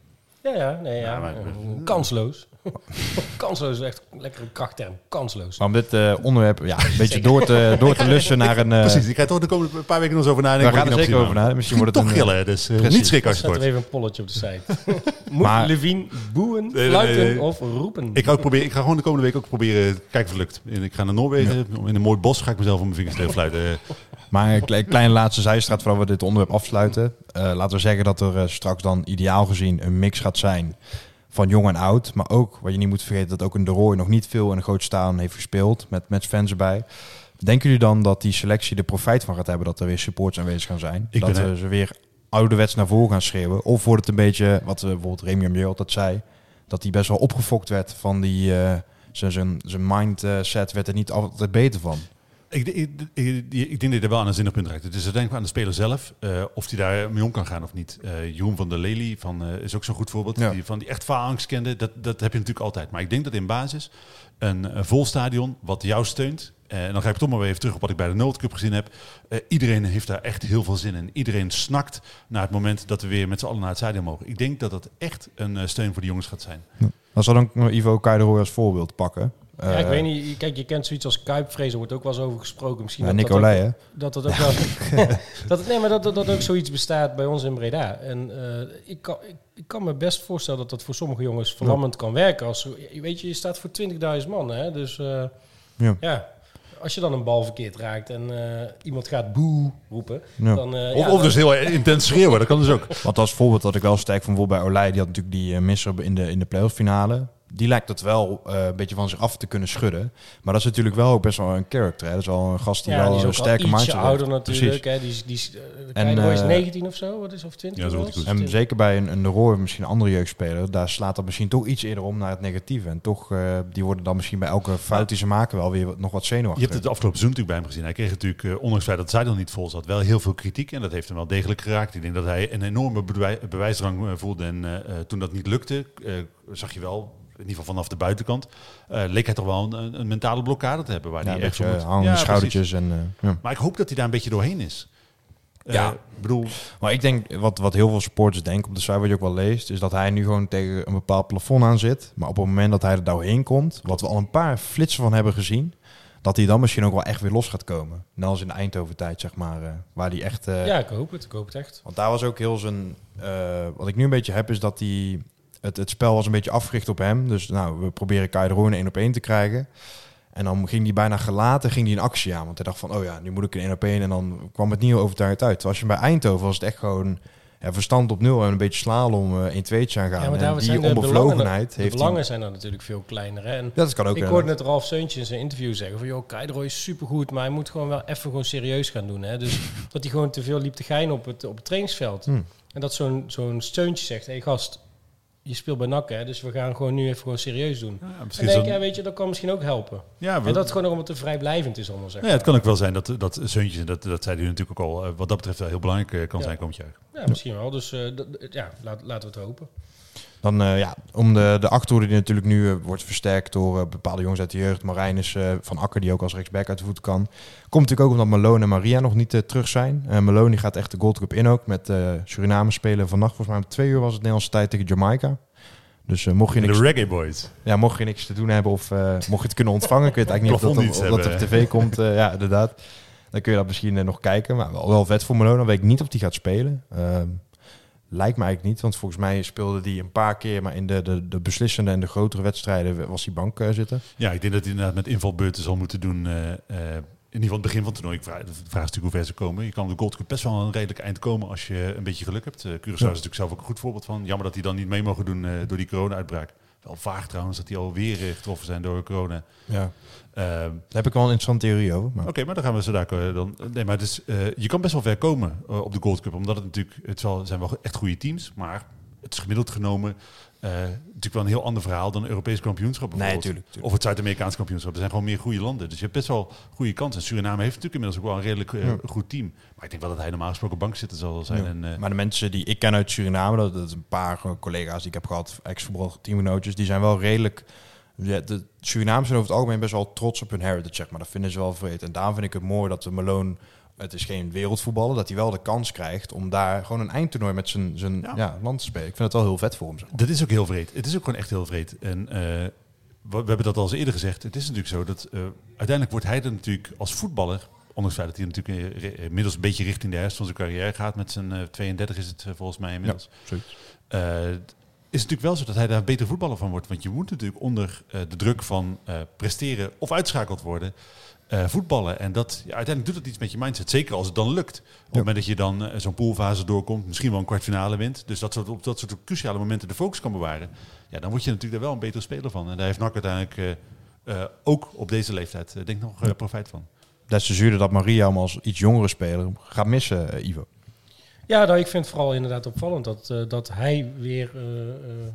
Ja, ja, nee, ja. Ja, maar- Uh, kansloos. Kansloos is echt lekker een krachtterm. Kansloos. Maar om dit uh, onderwerp ja, een beetje door te, door te lussen naar een... Uh, Precies, ik ga toch de komende paar weken nog eens over nadenken. We gaan er zeker over nadenken. Misschien wordt het toch een... gillen, dus uh, niet schrikken als je het Zet er hoort. even een polletje op de site. Moet Maar- Levine boeien, Nee, nee, fluiten nee, nee. of roepen? Ik ga, ook proberen, ik ga gewoon de komende week ook proberen te kijken of het lukt. En ik ga naar Noorwegen, in een mooi bos ga ik mezelf op mijn vingers tegen fluiten. Maar een kle- kleine laatste zijstraat voordat we dit onderwerp afsluiten. Uh, laten we zeggen dat er uh, straks dan ideaal gezien een mix gaat zijn van jong en oud. Maar ook, wat je niet moet vergeten, dat ook een De Rooij nog niet veel in een groot stadion heeft gespeeld. Met, met fans erbij. Denken jullie dan dat die selectie er profijt van gaat hebben dat er weer supporters aanwezig gaan zijn? Ik dat ben uh, ze weer ouderwets naar voren gaan schreeuwen? Of wordt het een beetje, wat uh, bijvoorbeeld Remy Amier altijd zei, dat hij best wel opgefokt werd van die... Uh, zijn, zijn, zijn mindset werd er niet altijd beter van. Ik, ik, ik, ik denk dat je er wel aan een zinnig punt raakt. Dus dan denk ik aan de speler zelf, uh, of hij daar mee om kan gaan of niet. Uh, Jeroen van der Lely van, uh, is ook zo'n goed voorbeeld. Ja. Die, van die echt faalangst kende, dat, dat heb je natuurlijk altijd. Maar ik denk dat in basis een, een vol stadion wat jou steunt. Uh, en dan ga ik toch maar weer even terug op wat ik bij de Noord Cup gezien heb. Uh, iedereen heeft daar echt heel veel zin in. Iedereen snakt naar het moment dat we weer met z'n allen naar het stadion mogen. Ik denk dat dat echt een uh, steun voor de jongens gaat zijn. Ja. Als we dan Ivo Kei de Rooij als voorbeeld pakken. Ja, ik Uh, weet niet. Kijk, je kent zoiets als Kuipvrezen, wordt ook wel eens over gesproken. Misschien Ja, dat, Nicolai, hè? dat dat ook wel... dat, het- nee, maar dat, dat dat ook zoiets bestaat bij ons in Breda. En uh, ik, kan, ik, ik kan me best voorstellen dat dat voor sommige jongens verlammend kan werken. Als, je weet je, je staat voor twintigduizend man, hè? Dus uh, Ja. ja, als je dan een bal verkeerd raakt en uh, iemand gaat boe roepen, Ja. dan... Uh, Of, ja, of dus heel intens schreeuwen, dat kan dus ook. Want als voorbeeld dat ik wel sterk vond bijvoorbeeld bij Olij, die had natuurlijk die uh, misser in de, in de playoff finale. Die lijkt het wel uh, een beetje van zich af te kunnen schudden. Maar dat is natuurlijk wel ook best wel een character. Hè? Dat is wel een gast die ja, wel die is een ook sterke al ietsje mindset ouder heeft. natuurlijk. Precies. Hè? Die, is- die, is, uh, En, en, is uh, negentien of zo, wat is of twintig? Ja, zo wel? goed. En twintig. zeker bij een, een De Rooij, misschien een andere jeugdspeler, daar slaat dat misschien toch iets eerder om naar het negatieve. En toch, uh, die worden dan misschien bij elke fout die ze maken wel weer wat- nog wat Je zenuwachtig. hebt het de afgelopen seizoen natuurlijk bij hem gezien. Hij kreeg natuurlijk, uh, ondanks het feit dat zij dan niet vol zat, wel heel veel kritiek. En dat heeft hem wel degelijk geraakt. Ik denk dat hij een enorme bewij- bewijsdrang uh, voelde. En uh, uh, toen dat niet lukte, uh, zag je wel, in ieder geval vanaf de buitenkant, uh, leek hij toch wel een, een mentale blokkade te hebben. Waar Ja, hij een echt beetje voor moet. hangende Ja, schoudertjes. En, uh, ja. Maar ik hoop dat hij daar een beetje doorheen is. Uh, Ja. Ik bedoel, Maar ik denk, wat, wat heel veel supporters denken op de site, wat je ook wel leest, is dat hij nu gewoon tegen een bepaald plafond aan zit. Maar op het moment dat hij er doorheen komt, wat we al een paar flitsen van hebben gezien, dat hij dan misschien ook wel echt weer los gaat komen. Net als in de Eindhoven-tijd, zeg maar, uh, waar hij echt... Uh, Ja, ik hoop het. Ik hoop het echt. Want daar was ook heel zijn... Uh, wat ik nu een beetje heb, is dat hij... Het, het spel was een beetje afgericht op hem. Dus nou, we proberen Kei de Rooij een één op één te krijgen. En dan ging hij bijna gelaten ging hij een actie aan. Want hij dacht van, oh ja, nu moet ik een één op één. En dan kwam het niet heel overtuigend uit. Terwijl als je bij Eindhoven was het echt gewoon... Ja, verstand op nul en een beetje slalom uh, een tweetje aan gaan. Ja, maar en daar die zijn de onbevlogenheid belangen, de heeft belangen hij... zijn dan natuurlijk veel kleiner. Hè? En Ja, dat kan ook. ik uh, hoorde net Ralf Seuntje in zijn interview zeggen van, joh, Kei de Rooij is supergoed, maar hij moet gewoon wel even gewoon serieus gaan doen. Hè? Dus dat hij gewoon te veel liep te geinen op het, op het trainingsveld. Hmm. En dat zo'n zo'n Seuntje zegt, hé hey, gast, je speelt bij N A C, hè, dus we gaan gewoon nu even gewoon serieus doen. ja, En misschien denk zo- ik, ja, weet je, dat kan misschien ook helpen. ja, we- En dat het gewoon nog omdat het vrijblijvend is allemaal, zeg ja, het kan ook wel zijn dat, dat Zeuntjes, dat, dat zei hij natuurlijk ook al, uh, wat dat betreft wel heel belangrijk uh, kan Ja. zijn komend jaar. Ja, misschien wel. Dus uh, d- d- ja, laat, laten we het hopen. Dan uh, ja, om de, de achterhoede die natuurlijk nu uh, wordt versterkt door uh, bepaalde jongens uit de jeugd. Marijnus uh, van Akker, die ook als rechtsback uit de voet kan. Komt natuurlijk ook omdat Malone en Maria nog niet uh, terug zijn. Uh, Malone die gaat echt de Gold Cup in ook. Met uh, Suriname spelen vannacht. Volgens mij om twee uur was het Nederlandse tijd tegen Jamaica. Dus uh, mocht, je En niks, de Reggae Boys. ja, mocht je niks te doen hebben of uh, mocht je het kunnen ontvangen. Ik weet eigenlijk niet of dat, Plafonddienst of dat op hebben. tv komt. Uh, ja, inderdaad. Dan kun je dat misschien uh, nog kijken. Maar wel, wel vet voor Malone. Dan weet ik niet of die gaat spelen. Uh, Lijkt me eigenlijk niet, want volgens mij speelde die een paar keer, maar in de, de, de beslissende en de grotere wedstrijden was die bank uh, zitten. Ja, ik denk dat hij inderdaad met invalbeurten zal moeten doen. Uh, uh, in ieder geval het begin van het toernooi. Ik vraag, de vraag is natuurlijk hoe ver ze komen. Je kan op de Gold Cup best wel een redelijk eind komen als je een beetje geluk hebt. Uh, Curaçao is natuurlijk zelf ook een goed voorbeeld van. Jammer dat die dan niet mee mogen doen uh, door die corona-uitbraak. Wel vaag trouwens dat die alweer uh, getroffen zijn door corona. Ja. Uh, Daar heb ik wel een interessante theorie over. Maar... Oké, okay, maar dan gaan we zo daar uh, dan. Nee, maar het is, uh, je kan best wel ver komen uh, op de Gold Cup, omdat het natuurlijk, het zal, zijn wel echt goede teams, maar het is gemiddeld genomen uh, natuurlijk wel een heel ander verhaal dan een Europees kampioenschap bijvoorbeeld. Nee, tuurlijk, tuurlijk. Of het Zuid-Amerikaans kampioenschap. Er zijn gewoon meer goede landen, dus je hebt best wel goede kansen. En Suriname heeft natuurlijk inmiddels ook wel een redelijk uh, Ja. goed team, maar ik denk wel dat hij normaal gesproken bankzitter zal zijn. Ja. En, uh, Maar de mensen die ik ken uit Suriname, dat, dat is een paar uh, collega's die ik heb gehad, ex-voetbal teamgenootjes, die zijn wel redelijk Ja, de Surinamers zijn over het algemeen best wel trots op hun heritage, zeg maar. Dat vinden ze wel vreed. En daarom vind ik het mooi dat de Malone, het is geen wereldvoetballer, dat hij wel de kans krijgt om daar gewoon een eindtoernooi met zijn, zijn ja. Ja, land te spelen. Ik vind het wel heel vet voor hem. Zeg maar. Dat is ook heel vreed. Het is ook gewoon echt heel vreed. En uh, we, we hebben dat al eens eerder gezegd. Het is natuurlijk zo dat uh, uiteindelijk wordt hij er natuurlijk als voetballer, ondanks het feit dat hij natuurlijk uh, inmiddels een beetje richting de herfst van zijn carrière gaat, met zijn uh, tweeëndertig is het uh, volgens mij inmiddels. Ja, uh, is het natuurlijk wel zo dat hij daar een betere voetballer van wordt. Want je moet natuurlijk onder uh, de druk van uh, presteren of uitschakeld worden uh, voetballen. En dat, ja, uiteindelijk doet dat iets met je mindset. Zeker als het dan lukt. Op ja. het moment dat je dan uh, zo'n poolfase doorkomt, misschien wel een kwartfinale wint. Dus dat soort, op dat soort cruciale momenten de focus kan bewaren. Ja, dan word je natuurlijk er wel een betere speler van. En daar heeft N A C uiteindelijk uh, uh, ook op deze leeftijd uh, denk ik nog uh, profijt van. Des te zuurder dat Maria hem als iets jongere speler gaat missen, uh, Ivo. Ja, nou, ik vind het vooral inderdaad opvallend dat, uh, dat hij weer uh, uh,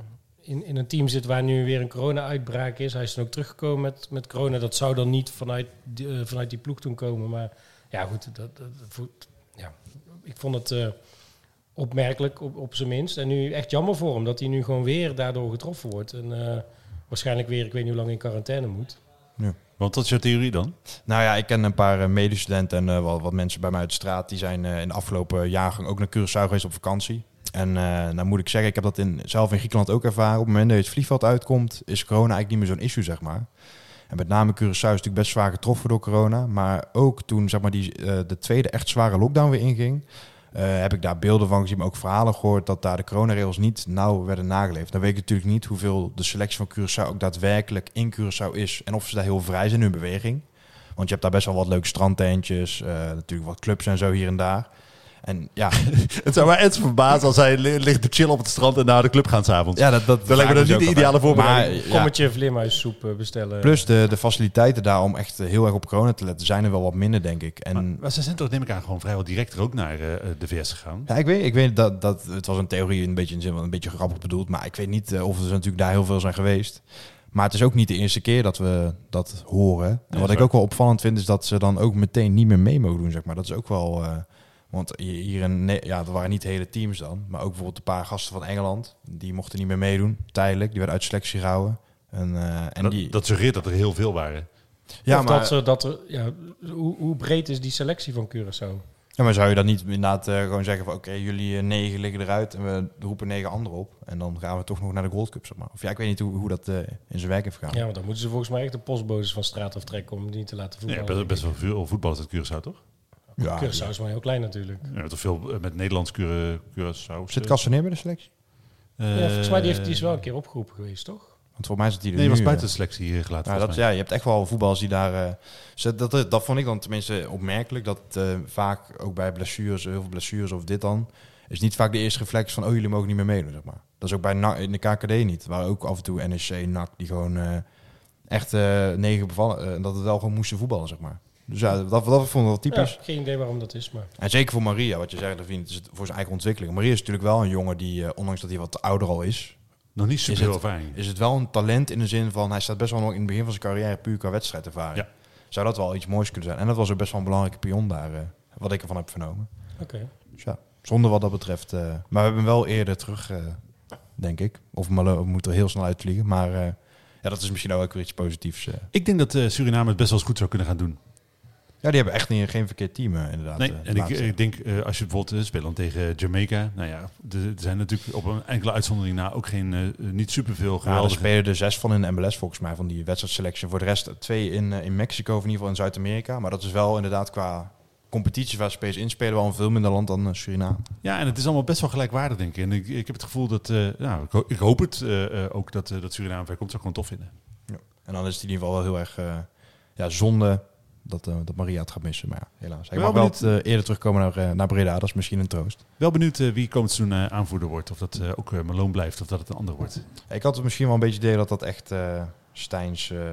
in, in een team zit waar nu weer een corona-uitbraak is. Hij is dan ook teruggekomen met, met corona. Dat zou dan niet vanuit die, uh, vanuit die ploeg toen komen. Maar ja, goed, dat, dat, dat, ja, ik vond het uh, opmerkelijk op, op zijn minst. En nu echt jammer voor hem dat hij nu gewoon weer daardoor getroffen wordt. En uh, waarschijnlijk weer, ik weet niet hoe lang in quarantaine moet. Ja. Want wat is jouw theorie dan? Nou ja, ik ken een paar uh, medestudenten en uh, wat, wat mensen bij mij uit de straat. Die zijn uh, in de afgelopen jaargang ook naar Curaçao geweest op vakantie. En uh, nou moet ik zeggen, ik heb dat in, zelf in Griekenland ook ervaren. Op het moment dat je het vliegveld uitkomt, is corona eigenlijk niet meer zo'n issue, zeg maar. En met name Curaçao is natuurlijk best zwaar getroffen door corona. Maar ook toen zeg maar, die, uh, de tweede echt zware lockdown weer inging, Uh, heb ik daar beelden van gezien, maar ook verhalen gehoord dat daar de coronaregels niet nauw werden nageleefd. Dan weet ik natuurlijk niet hoeveel de selectie van Curaçao ook daadwerkelijk in Curaçao is en of ze daar heel vrij zijn in hun beweging. Want je hebt daar best wel wat leuke strandtentjes, uh, natuurlijk wat clubs en zo hier en daar. En ja, het zou mij echt verbazen als hij ligt te chillen op het strand en naar de club gaan s'avonds. Ja, dat, dat, dat lijkt me dat niet de ideale voorbereiding. Een kommetje ja. vleermuissoep bestellen. Plus de, de faciliteiten daar om echt heel erg op corona te letten zijn er wel wat minder, denk ik. En maar, maar ze zijn toch, neem ik aan, gewoon vrijwel direct er ook naar uh, de V S gegaan? Ja, ik weet, ik weet dat, dat het was een theorie een beetje in zin van een beetje grappig bedoeld, maar ik weet niet uh, of er natuurlijk daar heel veel zijn geweest. Maar het is ook niet de eerste keer dat we dat horen. En ja, wat ik ook wel opvallend vind is dat ze dan ook meteen niet meer mee mogen doen, zeg maar. Dat is ook wel. Uh, Want hier in, ja, dat waren niet hele teams dan, maar ook bijvoorbeeld een paar gasten van Engeland, die mochten niet meer meedoen, tijdelijk. Die werden uit selectie gehouden. En, uh, en dat, die... dat suggereert dat er heel veel waren. Ja, of maar dat er, dat er, ja, hoe, hoe breed is die selectie van Curaçao? Ja, maar zou je dan niet inderdaad uh, gewoon zeggen van oké, okay, jullie uh, negen liggen eruit en we roepen negen anderen op en dan gaan we toch nog naar de Gold Cup, zeg maar. Of ja, ik weet niet hoe, hoe dat uh, in zijn werk heeft gegaan. Ja, want dan moeten ze volgens mij echt de postbodes van straat aftrekken om die niet te laten voetballen. Ja, best, best wel veel voetballers uit Curaçao, toch? Ja, Curaçao ja. is maar heel klein natuurlijk. Ja, toch veel met Nederlands Curaçao. Zit Castaneer bij de selectie? Uh, ja, volgens mij die heeft, die is wel een keer opgeroepen geweest, toch? Want voor mij is het die er nee, nu, was buiten de selectie uh, gelaten. Ja, dat, ja, je hebt echt wel voetballers die daar. Uh, ze, dat, dat, dat vond ik dan tenminste opmerkelijk. Dat uh, vaak ook bij blessures, heel veel blessures of dit dan, is niet vaak de eerste reflex van oh, jullie mogen niet meer meedoen, zeg maar. Dat is ook bij N A C, in de K K D niet. Waar ook af en toe N E C, N A C die gewoon uh, echt uh, negen bevallen, uh, dat het wel gewoon moesten voetballen, zeg maar. Dus ja, dat, dat vond ik wel typisch. Ja, geen idee waarom dat is, maar... En zeker voor Maria, wat je zegt, dat vind ik, het is voor zijn eigen ontwikkeling. Maria is natuurlijk wel een jongen die, uh, ondanks dat hij wat ouder al is, nog niet super veel ervaring. Is het wel een talent in de zin van, hij staat best wel nog in het begin van zijn carrière puur qua wedstrijdervaring. Ja. Zou dat wel iets moois kunnen zijn. En dat was ook best wel een belangrijke pion daar, uh, wat ik ervan heb vernomen. Oké. Okay. Dus ja, zonder wat dat betreft. Uh, maar we hebben hem wel eerder terug, uh, denk ik. Of we moeten er heel snel uitvliegen. Maar uh, ja, dat is misschien ook weer iets positiefs. Uh. Ik denk dat uh, Suriname het best wel eens goed zou kunnen gaan doen. Ja, die hebben echt niet, geen verkeerd team, uh, inderdaad. Nee, uh, en ik, ik denk, uh, als je bijvoorbeeld uh, speelt tegen Jamaica, nou ja, er zijn natuurlijk op een enkele uitzondering na ook geen, uh, niet superveel geweldige... Ja, er spelen er zes van in de M L S volgens mij, van die wedstrijdselectie. Voor de rest twee in, uh, in Mexico, of in ieder geval in Zuid-Amerika. Maar dat is wel inderdaad qua competities waar spelers inspelen wel een veel minder land dan uh, Suriname. Ja, en het is allemaal best wel gelijkwaardig, denk ik. En ik, ik heb het gevoel dat, uh, nou, ik, ho- ik hoop het uh, uh, ook dat, uh, dat Suriname ver komt. Zou ik gewoon tof vinden. Ja. En dan is het in ieder geval wel heel erg uh, ja, zonde dat, uh, dat Maria het gaat missen. Maar ja, helaas. Hij mag wel het, uh, eerder terugkomen naar, uh, naar Breda. Dat is misschien een troost. Wel benieuwd uh, wie komend seizoen uh, aanvoerder wordt. Of dat uh, ook uh, Malone blijft of dat het een ander wordt. Ja, ik had het misschien wel een beetje idee dat dat echt uh, Steins... Uh,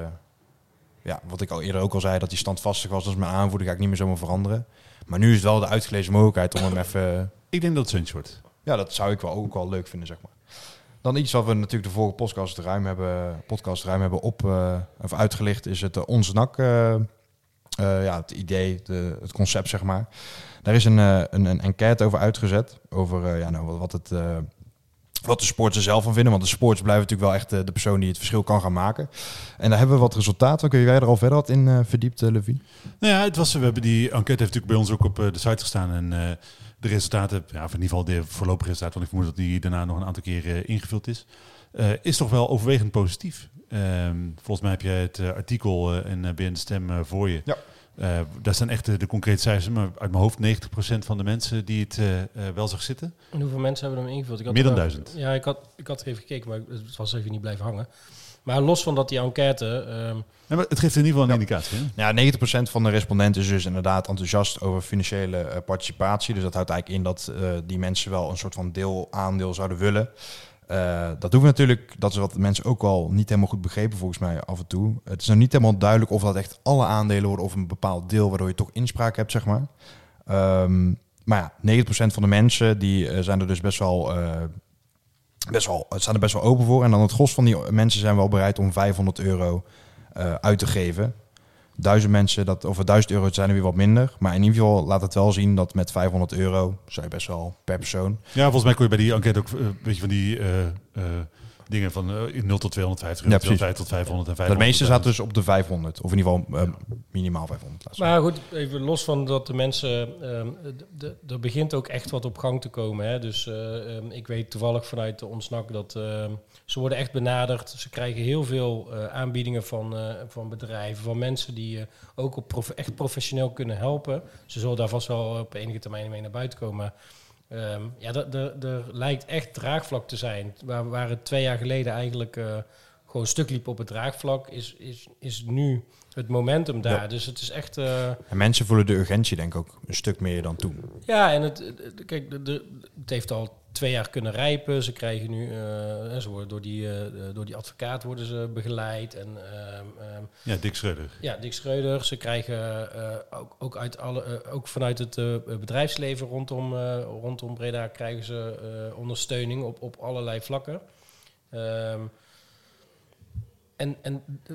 ja, wat ik al eerder ook al zei, dat hij standvastig was als mijn aanvoerder, ga ik niet meer zomaar veranderen. Maar nu is het wel de uitgelezen mogelijkheid om hem even... Ik denk dat het Suntje wordt. Ja, dat zou ik wel ook wel leuk vinden, zeg maar. Dan iets wat we natuurlijk de vorige podcast ruim hebben, podcast ruim hebben op, uh, of uitgelicht, is het uh, Onze N A C, uh, uh, ja, het idee, de, het concept, zeg maar. Daar is een, uh, een, een enquête over uitgezet, over uh, ja, nou, wat, wat, het, uh, wat de sporters er zelf van vinden. Want de sporters blijven natuurlijk wel echt uh, de persoon die het verschil kan gaan maken. En daar hebben we wat resultaten. Kun jij er al verder wat in uh, verdiept, uh, Levine? Nou ja, het was, we hebben die enquête heeft natuurlijk bij ons ook op uh, de site gestaan. En uh, de resultaten, ja, of in ieder geval de voorlopige resultaten, want ik vermoed dat die daarna nog een aantal keer uh, ingevuld is, uh, is toch wel overwegend positief. Um, volgens mij heb je het uh, artikel uh, in uh, B N De Stem uh, voor je. Ja. Uh, daar staan echt uh, de concrete cijfers, maar uit mijn hoofd negentig procent van de mensen die het uh, uh, wel zag zitten. En hoeveel mensen hebben hem ingevuld? Ik had Meer dan er, duizend. Ja, ik had, ik had er even gekeken, maar het was even niet blijven hangen. Maar los van dat die enquête... Um, Ja, maar het geeft in ieder geval een Ja. indicatie. Hè? Ja, negentig procent van de respondenten is dus inderdaad enthousiast over financiële uh, participatie. Dus dat houdt eigenlijk in dat uh, die mensen wel een soort van deel aandeel zouden willen. Uh, dat doen we natuurlijk, dat is wat de mensen ook al niet helemaal goed begrepen volgens mij af en toe. Het is nog niet helemaal duidelijk of dat echt alle aandelen worden of een bepaald deel waardoor je toch inspraak hebt, zeg maar. Um, maar ja, negentig procent van de mensen die uh, zijn er dus best wel, uh, best wel, staan er best wel open voor. En dan het gros van die mensen zijn wel bereid om vijfhonderd euro uh, uit te geven. Duizend mensen, dat, of duizend euro zijn er weer wat minder. Maar in ieder geval laat het wel zien dat met vijfhonderd euro zou je best wel per persoon. Ja, volgens mij kon je bij die enquête ook uh, een beetje van die uh, uh, dingen van uh, nul tot tweehonderdvijftig euro, Ja, precies. tweehonderdvijftig tot vijfhonderd en De vijfhonderd. meeste zaten dus op de vijfhonderd. Of in ieder geval uh, minimaal vijfhonderd. laat zeggen. Maar goed, even los van dat de mensen... Um, de, de, er begint ook echt wat op gang te komen. Hè? Dus uh, um, ik weet toevallig vanuit de Onsnak dat um, ze worden echt benaderd. Ze krijgen heel veel uh, aanbiedingen van, uh, van bedrijven, van mensen die uh, ook op prof, echt professioneel kunnen helpen. Ze zullen daar vast wel op enige termijn mee naar buiten komen. Maar um, ja, er lijkt echt draagvlak te zijn. Waar, waar het twee jaar geleden eigenlijk... Uh, gewoon stuk liep op het draagvlak, is, is, is nu het momentum daar. Ja. Dus het is echt... Uh, En mensen voelen de urgentie denk ik ook een stuk meer dan toen. ja, en het, het- kijk, de, de, het heeft al twee jaar kunnen rijpen. Ze krijgen nu, uh, ze worden door die, uh, door die advocaat worden ze begeleid. En um, um, Ja, Dick Schreuder. ja, Dick Schreuder. Ze krijgen uh, ook, ook, uit alle, uh, ook vanuit het uh, bedrijfsleven rondom, uh, rondom Breda krijgen ze uh, ondersteuning op, op allerlei vlakken. Um, en, en uh,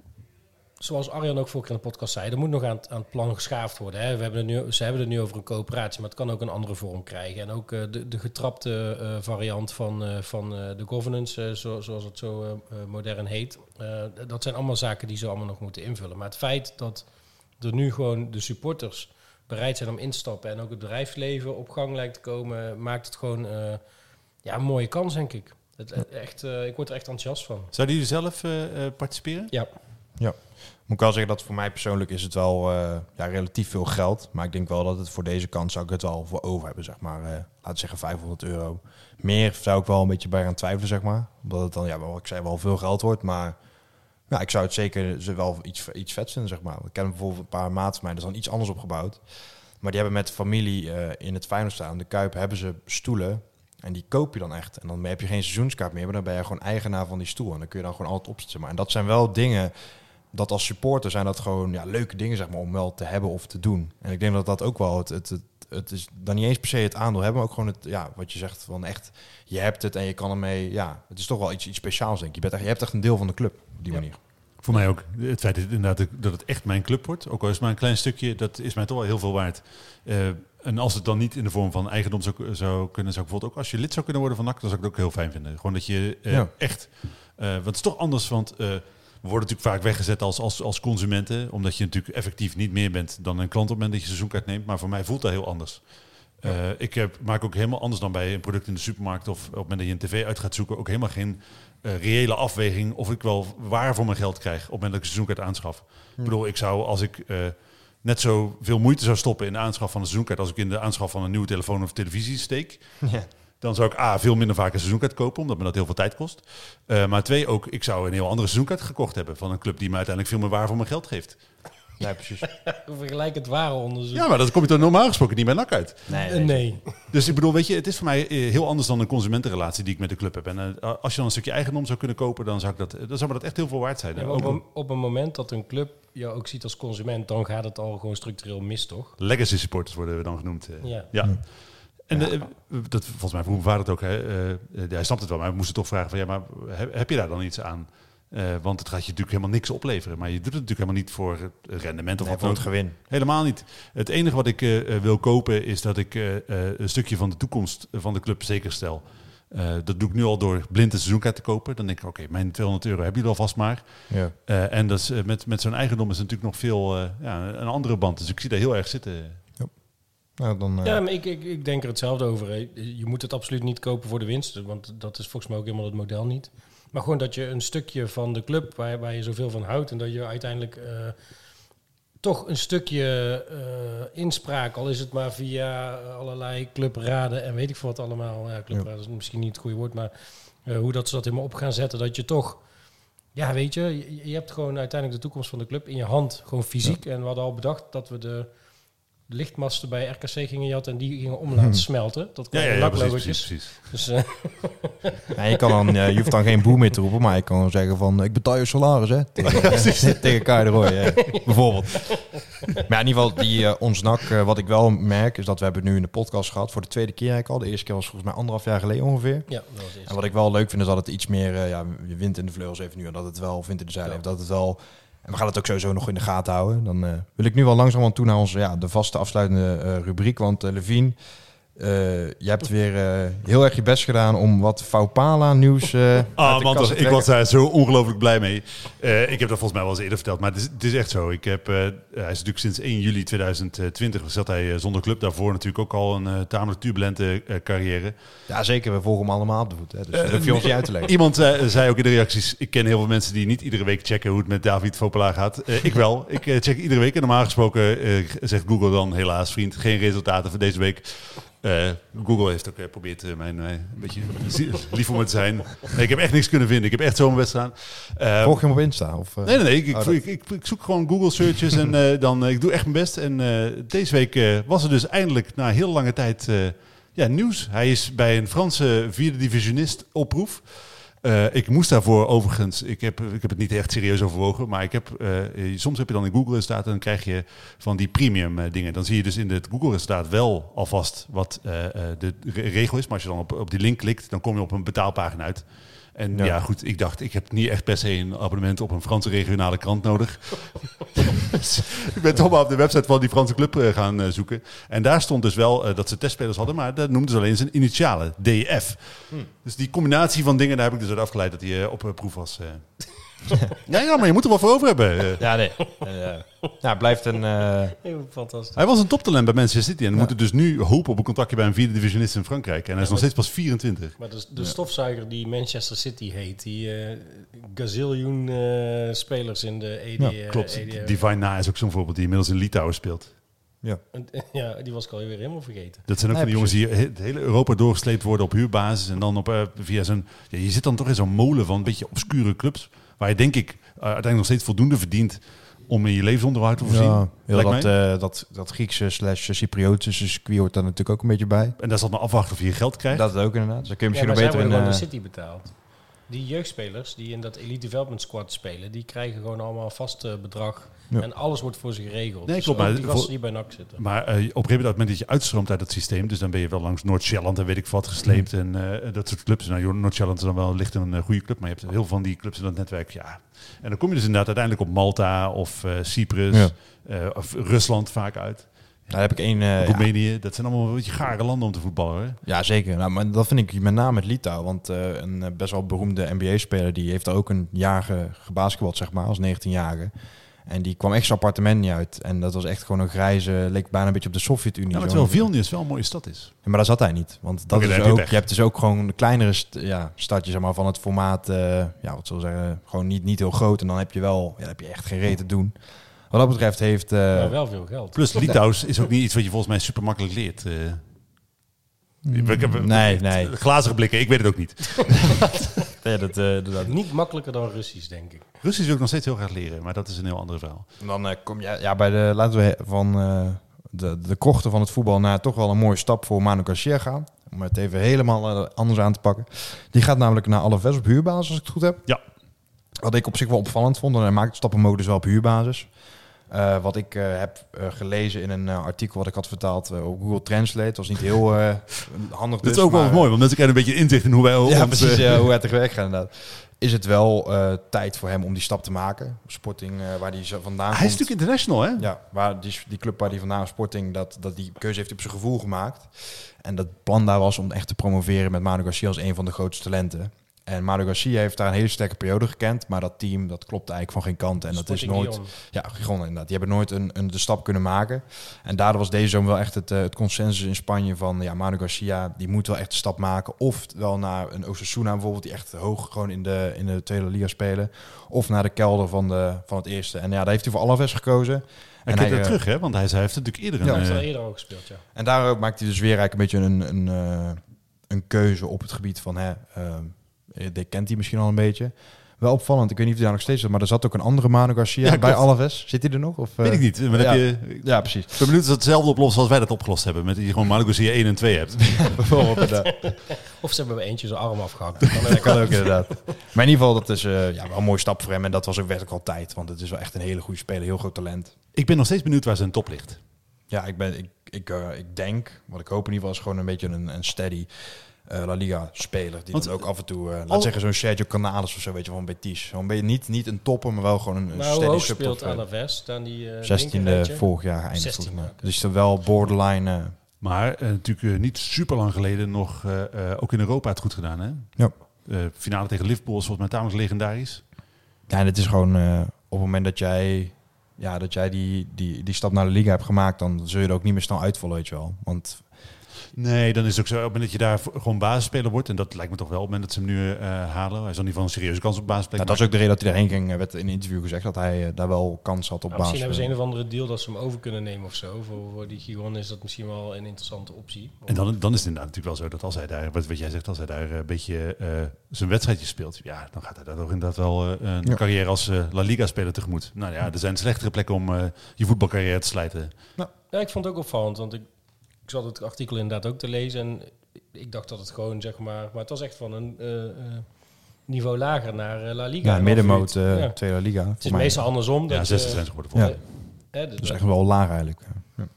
zoals Arjan ook vorige keer in de podcast zei, er moet nog aan het, aan het plan geschaafd worden. Hè. We hebben het nu, ze hebben het nu over een coöperatie, maar het kan ook een andere vorm krijgen. En ook uh, de, de getrapte uh, variant van, uh, van uh, de governance, uh, zo, zoals het zo uh, uh, modern heet. Uh, dat zijn allemaal zaken die ze allemaal nog moeten invullen. Maar het feit dat er nu gewoon de supporters bereid zijn om in te stappen en ook het bedrijfsleven op gang lijkt te komen, maakt het gewoon uh, ja, een mooie kans, denk ik. Het, echt, uh, ik word er echt enthousiast van. Zouden jullie zelf uh, uh, participeren? Ja. Ja. Moet ik wel zeggen dat voor mij persoonlijk is het wel uh, ja, relatief veel geld. Maar ik denk wel dat het voor deze kant zou ik het wel voor over hebben, zeg maar. Uh, laten we zeggen vijfhonderd euro. Meer zou ik wel een beetje bij gaan twijfelen, zeg maar. Omdat het dan, ja, wat ik zei, wel veel geld wordt. Maar ja, ik zou het zeker wel iets, iets vet vinden, zeg maar. Ik ken bijvoorbeeld een paar maten van mij, dat is dan iets anders opgebouwd. Maar die hebben met familie uh, in het Feyenoord staan. De Kuip hebben ze stoelen. En die koop je dan echt. En dan heb je geen seizoenskaart meer, maar dan ben je gewoon eigenaar van die stoel. En dan kun je dan gewoon altijd opzetten. Maar en dat zijn wel dingen, dat als supporter zijn dat gewoon ja, leuke dingen, zeg maar, om wel te hebben of te doen. En ik denk dat dat ook wel, het, het, het, het is dan niet eens per se het aandeel hebben, maar ook gewoon het, ja, wat je zegt, van echt, je hebt het en je kan ermee, ja, het is toch wel iets, iets speciaals, denk ik. Je, bent echt, je hebt echt een deel van de club op die Ja. manier. Voor mij ook. Het feit dat, inderdaad, dat het echt mijn club wordt, ook al is het maar een klein stukje, dat is mij toch wel heel veel waard. Uh, en als het dan niet in de vorm van eigendom zou, zou kunnen, zou ik bijvoorbeeld ook als je lid zou kunnen worden van N A C, dan zou ik het ook heel fijn vinden. Gewoon dat je uh, Ja. echt, uh, want het is toch anders, want uh, we worden natuurlijk vaak weggezet als, als, als consumenten, omdat je natuurlijk effectief niet meer bent dan een klant op het moment dat je seizoenkaart neemt. Maar voor mij voelt dat heel anders. Uh, ik heb, maak ook helemaal anders dan bij een product in de supermarkt of op het moment dat je een tv uit gaat zoeken, ook helemaal geen uh, reële afweging of ik wel waar voor mijn geld krijg op het moment dat ik een seizoenkaart aanschaf. Hm. Ik bedoel, ik zou als ik uh, net zo veel moeite zou stoppen in de aanschaf van een seizoenkaart als ik in de aanschaf van een nieuwe telefoon of televisie steek, Ja. dan zou ik A, veel minder vaak een seizoenkaart kopen, omdat me dat heel veel tijd kost. Uh, maar twee, ook, ik zou een heel andere seizoenkaart gekocht hebben van een club die me uiteindelijk veel meer waar voor mijn geld geeft. Nee, precies. Vergelijk het ware onderzoek. Ja, maar dat kom je toch normaal gesproken niet bij N A C uit. Nee, Uh, nee. Dus ik bedoel, weet je, het is voor mij uh, heel anders dan een consumentenrelatie die ik met de club heb. En uh, als je dan een stukje eigendom zou kunnen kopen, dan zou, ik dat, dan zou me dat echt heel veel waard zijn. Ja, Uh, maar op, ook een, op een moment dat een club jou ook ziet als consument, dan gaat het al gewoon structureel mis, toch? legacy supporters worden we dan genoemd. Uh, Ja. ja. Hm. En uh, dat, volgens mij vroeg mijn vader het ook. Hè, uh, uh, hij snapt het wel, maar we moesten toch vragen van ja, maar heb, heb je daar dan iets aan? Uh, want het gaat je natuurlijk helemaal niks opleveren. Maar je doet het natuurlijk helemaal niet voor het rendement of Nee, wat voor dan het ook. gewin. Helemaal niet. Het enige wat ik uh, wil kopen is dat ik uh, uh, een stukje van de toekomst van de club zeker stel. Uh, dat doe ik nu al door blind een seizoenkaart te kopen. Dan denk ik, oké, okay, mijn tweehonderd euro heb je al vast maar. Ja. Uh, en dat is, uh, met, met zo'n eigendom is natuurlijk nog veel uh, ja, een andere band. Dus ik zie daar heel erg zitten. Ja, nou, dan, uh... ja maar ik, ik, ik denk er hetzelfde over. Hè. Je moet het absoluut niet kopen voor de winst. Want dat is volgens mij ook helemaal het model niet. Maar gewoon dat je een stukje van de club waar, waar je zoveel van houdt... en dat je uiteindelijk... Uh, toch een stukje uh, inspraak, al is het maar via allerlei clubraden en weet ik veel wat allemaal. Ja, clubraden is misschien niet het goede woord, maar uh, hoe dat ze dat helemaal op gaan zetten, dat je toch, ja weet je, je, je hebt gewoon uiteindelijk de toekomst van de club in je hand, gewoon fysiek. Ja. En we hadden al bedacht dat we de lichtmasten bij R K C gingen jatten en die gingen om laten smelten. Dat ja, ja, ja, precies, precies, precies. Dus, uh, ja, je, kan dan, uh, je hoeft dan geen boer meer te roepen, maar je kan dan zeggen van, ik betaal je salaris, hè. Tegen, ja, tegen Kai de Roy, ja, bijvoorbeeld. Maar ja, in ieder geval, die uh, ons N A C, uh, wat ik wel merk, is dat we hebben nu in de podcast gehad, voor de tweede keer eigenlijk al. De eerste keer was volgens mij anderhalf jaar geleden ongeveer. Ja, dat was eerst. En wat ik wel leuk vind, is dat het iets meer, uh, ja, wind in de vleugels heeft nu, en dat het wel, wind in de zeilen heeft, dat het wel... En we gaan het ook sowieso nog in de gaten houden. Dan uh, wil ik nu wel langzaam toe naar onze, ja, de vaste afsluitende uh, rubriek. Want uh, Levien, uh, je hebt weer uh, heel erg je best gedaan om wat Faupala nieuws uh, Ah man, toch, ik was daar zo ongelooflijk blij mee. Uh, ik heb dat volgens mij wel eens eerder verteld, maar het is, het is echt zo. Ik heb, uh, hij is natuurlijk sinds één juli tweeduizend twintig zat hij uh, zonder club. Daarvoor natuurlijk ook al een uh, tamelijk turbulente uh, carrière. Ja, zeker. We volgen hem allemaal op de voet. Hè. Dus dat uh, hoef je ons niet uit te leggen. Iemand uh, zei ook in de reacties, ik ken heel veel mensen die niet iedere week checken hoe het met David Faupala gaat. Uh, ik wel. Ik uh, check iedere week. En normaal gesproken uh, zegt Google dan helaas, vriend, geen resultaten voor deze week. Uh, Google heeft ook geprobeerd uh, mijn, uh, een beetje lief voor me te zijn. Nee, ik heb echt niks kunnen vinden. Ik heb echt zo mijn best gedaan. Uh, Volg je hem op Insta? Of, uh... Nee, nee, nee. Ik, oh, ik, ik, ik, ik zoek gewoon Google searches en uh, dan uh, ik doe echt mijn best. En uh, deze week uh, was er dus eindelijk na heel lange tijd uh, ja, nieuws. Hij is bij een Franse vierde divisionist op proef. Uh, ik moest daarvoor overigens, ik heb, ik heb het niet echt serieus overwogen, maar ik heb, uh, soms heb je dan in Google resultaten en dan krijg je van die premium uh, dingen. Dan zie je dus in het Google resultaat wel alvast wat uh, uh, de regel is. Maar als je dan op, op die link klikt, dan kom je op een betaalpagina uit. En ja. ja goed, ik dacht, ik heb niet echt per se een abonnement op een Franse regionale krant nodig. Dus ik ben toch maar op de website van die Franse club uh, gaan uh, zoeken. En daar stond dus wel uh, dat ze testspelers hadden, maar dat noemden ze alleen zijn initialen, D F. Hmm. Dus die combinatie van dingen, daar heb ik dus uit afgeleid dat hij uh, op uh, proef was. Uh. ja, ja, maar je moet er wel voor over hebben. Uh. Ja, nee. Uh, ja, blijft een... Uh... Fantastisch. Hij was een toptalent bij Manchester City en ja. moeten dus nu hopen op een contractje bij een vierde divisionist in Frankrijk. En hij is ja, nog steeds pas vierentwintig. Maar de, de ja. stofzuiger die Manchester City heet, die uh, gaziljoen uh, spelers in de E D. Ja, uh, klopt. E D. Divine Na is ook zo'n voorbeeld die inmiddels in Litouwen speelt. Ja. ja, die was ik alweer helemaal vergeten. Dat zijn ook nee, van die jongens die het hele Europa doorgesleept worden op huurbasis en dan op uh, via zo'n... Ja, je zit dan toch in zo'n molen van een beetje obscure clubs, waar je denk ik uh, uiteindelijk nog steeds voldoende verdient om in je levensonderhoud te voorzien. Ja, heel dat, uh, dat, dat Griekse slash Cypriotische circuit hoort daar natuurlijk ook een beetje bij. En daar zal maar afwachten of je geld krijgt. Dat ook inderdaad. Dus dan kun je misschien ja, nog beter in... in... Uh... de City betaald. Die jeugdspelers die in dat Elite Development Squad spelen, die krijgen gewoon allemaal een vast uh, bedrag. Ja. En alles wordt voor ze geregeld. Nee, dus klopt. Maar die gasten die bij N A C zitten. Maar uh, op een gegeven moment, op het moment dat je uitstroomt uit het systeem, dus dan ben je wel langs Noord-Sjælland en weet ik wat gesleept mm. en uh, dat soort clubs. Nou, Noord-Sjælland is dan wel licht een uh, goede club, maar je hebt heel veel van die clubs in dat netwerk. Ja. En dan kom je dus inderdaad uiteindelijk op Malta of uh, Cyprus ja. uh, of Rusland vaak uit. Daar heb ik één... Uh, Roemenië, ja. Dat zijn allemaal een beetje gare landen om te voetballen. Hè? Ja, zeker. Nou, maar dat vind ik met name met Litouwen. Want uh, een uh, best wel beroemde N B A-speler, die heeft er ook een jaar ge- gebasketbald, zeg maar, als negentienjarige. En die kwam echt zijn appartement niet uit. En dat was echt gewoon een grijze, leek bijna een beetje op de Sovjet-Unie. Ja, maar terwijl Vilnius wel een mooie stad is. Ja, maar daar zat hij niet. Want dat okay, is ook, je hebt dus ook gewoon een kleinere st- ja, stadje, zeg maar, van het formaat, uh, ja, wat zullen we zeggen, gewoon niet, niet heel groot. En dan heb je wel, ja, dan heb je echt geen reet te doen. Wat dat betreft heeft... Uh, maar wel veel geld. Plus Litouws is ook niet iets wat je volgens mij super makkelijk leert. Uh, mm, ik heb, nee, nee. Glazige blikken, ik weet het ook niet. ja, dat, uh, dat... Niet makkelijker dan Russisch, denk ik. Russisch wil ik nog steeds heel graag leren, maar dat is een heel ander verhaal. En dan uh, kom je ja, bij de, laten we van uh, de, de krochten van het voetbal naar toch wel een mooie stap voor Manu Garcia gaan. Om het even helemaal uh, anders aan te pakken. Die gaat namelijk naar Alaves op huurbasis, als ik het goed heb. Ja. Wat ik op zich wel opvallend vond. En hij maakt stappenmodus wel op huurbasis. Uh, wat ik uh, heb uh, gelezen in een uh, artikel wat ik had vertaald uh, op Google Translate. Dat was niet heel uh, handig. Dat dus, is ook maar, wel mooi, want mensen krijgen een beetje inzicht in hoe wij... Ja, ons, precies. Uh, uh, hoe het te werk gaat inderdaad. is het wel uh, tijd voor hem om die stap te maken. Sporting, uh, waar hij vandaan hij komt. Hij is natuurlijk international, hè? Ja, waar die, die club waar hij vandaan Sporting, dat, dat die keuze heeft hij op zijn gevoel gemaakt. En dat plan daar was om echt te promoveren met Manu Garcia als een van de grootste talenten. En Manu Garcia heeft daar een hele sterke periode gekend, maar dat team, dat klopt eigenlijk van geen kant. En Sporting dat is nooit... Gijon. Ja, Gijon inderdaad. Die hebben nooit een, een, de stap kunnen maken. En daardoor was deze zomer wel echt het, uh, het consensus in Spanje van... Ja, Manu Garcia, die moet wel echt de stap maken. Of wel naar een Osasuna bijvoorbeeld, die echt hoog gewoon in de, in de tweede liga spelen. Of naar de kelder van, de, van het eerste. En ja, daar heeft hij voor Alaves gekozen. En hij keert terug, hè? Want hij, hij heeft natuurlijk eerder een... Ja, Hij heeft uh, al eerder ook gespeeld, ja. En daar maakt hij dus weer eigenlijk een beetje een, een, uh, een keuze op het gebied van... Hè, uh, dit kent hij misschien al een beetje. Wel opvallend, ik weet niet of hij daar nog steeds zit, maar er zat ook een andere Manu Garcia ja, bij Alaves. Zit hij er nog? Of, weet uh, ik niet. Maar ja, heb je, ja, precies. Ik ben benieuwd of het hetzelfde oplost als wij dat opgelost hebben. Met dat je gewoon Manu Garcia één en twee hebt. Of ze hebben eentje zijn arm afgehakt. Dat kan, dat kan ook inderdaad. Maar in ieder geval, dat is uh, ja, wel een mooie stap voor hem. En dat was ook werkelijk al tijd. Want het is wel echt een hele goede speler. Heel groot talent. Ik ben nog steeds benieuwd waar zijn top ligt. Ja, ik, ben, ik, ik, uh, ik denk, wat ik hoop in ieder geval, is gewoon een beetje een, een steady... Uh, La Liga-speler, die Want, dan ook af en toe, uh, laat al... zeggen zo'n Sergio Canales of zo, weet je, van Betis. Gewoon ben je niet, niet een topper, maar wel gewoon een, een nou, steady hoe subtop. speelt Alaves dan die uh, zestiende vorig jaar geëindigd volgens mij. Okay. Dus is er wel borderline. Uh... Maar uh, natuurlijk uh, niet super lang geleden nog, uh, uh, ook in Europa het goed gedaan, hè? Ja. Uh, finale tegen Liverpool is volgens mij tamelijk legendarisch. Ja, en het is gewoon uh, op het moment dat jij, ja, dat jij die, die, die stap naar de Liga hebt gemaakt, dan zul je er ook niet meer snel uitvallen, weet je wel. Want nee, dan is het ook zo, op het moment dat je daar gewoon basisspeler wordt, en dat lijkt me toch wel op het moment dat ze hem nu uh, halen. Hij zal in ieder geval een serieuze kans op basisplek. Ja, dat is ook de reden dat hij daarheen ging. Werd in een interview gezegd dat hij uh, daar wel kans had op nou, basis. Misschien hebben ze een of andere deal dat ze hem over kunnen nemen of zo. Voor, voor die Gijon is dat misschien wel een interessante optie. En dan, dan is het inderdaad natuurlijk wel zo dat als hij daar, wat, wat jij zegt, als hij daar een beetje uh, zijn wedstrijdje speelt, ja, dan gaat hij daar toch inderdaad wel uh, een ja. carrière als uh, La Liga-speler tegemoet. Nou ja, er zijn slechtere plekken om uh, je voetbalcarrière te slijten. Nou. Ja, ik vond het ook opvallend, want ik Ik zat het artikel inderdaad ook te lezen en ik dacht dat het gewoon, zeg maar... Maar het was echt van een uh, uh, niveau lager naar uh, La Liga. Ja, middenmoot, uh, ja. Tweede Liga. Het is meestal andersom. Ja, zesde zijn ze geworden. Ja. Ja. Uh, dus dat is echt wel laag eigenlijk. Ja,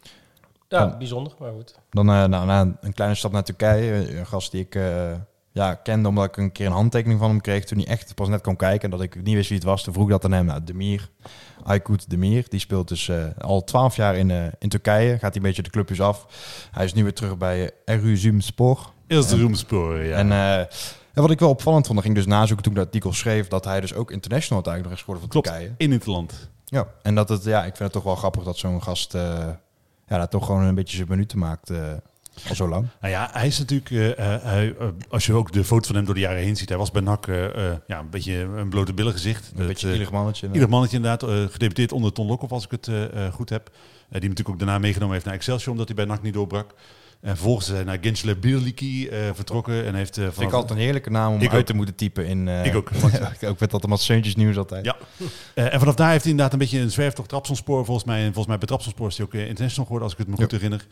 ja dan, bijzonder, maar goed. Dan uh, nou, na een kleine stap naar Turkije. Een gast die ik uh, ja, kende omdat ik een keer een handtekening van hem kreeg toen hij echt pas net kon kijken. En dat ik niet wist wie het was. Toen vroeg ik dat aan hem. Nou, Demir. Aykut Demir, die speelt dus uh, al twaalf jaar in, uh, in Turkije. Gaat hij een beetje de clubjes af. Hij is nu weer terug bij uh, Erzurumspor. Erzurumspor, ja. En, uh, en wat ik wel opvallend vond, dan ging ik dus nazoeken toen ik dat artikel schreef, dat hij dus ook international uiteindelijk nog is geworden van Klopt, Turkije. in het land. Ja, en dat het, ja, ik vind het toch wel grappig dat zo'n gast uh, ja, daar toch gewoon een beetje zijn minuten maakt. Uh, Al zo lang. Nou ja, hij is natuurlijk, uh, hij, uh, als je ook de foto's van hem door de jaren heen ziet, hij was bij N A C uh, uh, ja, een beetje een blote billen gezicht. Een beetje ieder mannetje. Ieder mannetje inderdaad, uh, gedebuteerd onder Ton Lokhoff als ik het uh, uh, goed heb. Uh, die hem natuurlijk ook daarna meegenomen heeft naar Excelsior, omdat hij bij N A C niet doorbrak. En vervolgens is hij naar Gençler Birliği uh, vertrokken en heeft... Uh, Vind ik altijd een heerlijke naam om ik uit ook. te moeten typen in... Uh, ik ook. ook met dat allemaal Seuntjes nieuws altijd. Ja. Uh, en vanaf daar heeft hij inderdaad een beetje een zwerftocht Trabzonspor volgens mij. En volgens mij bij Trabzonspor is hij ook uh, international geworden, als ik het me goed ja. herinner.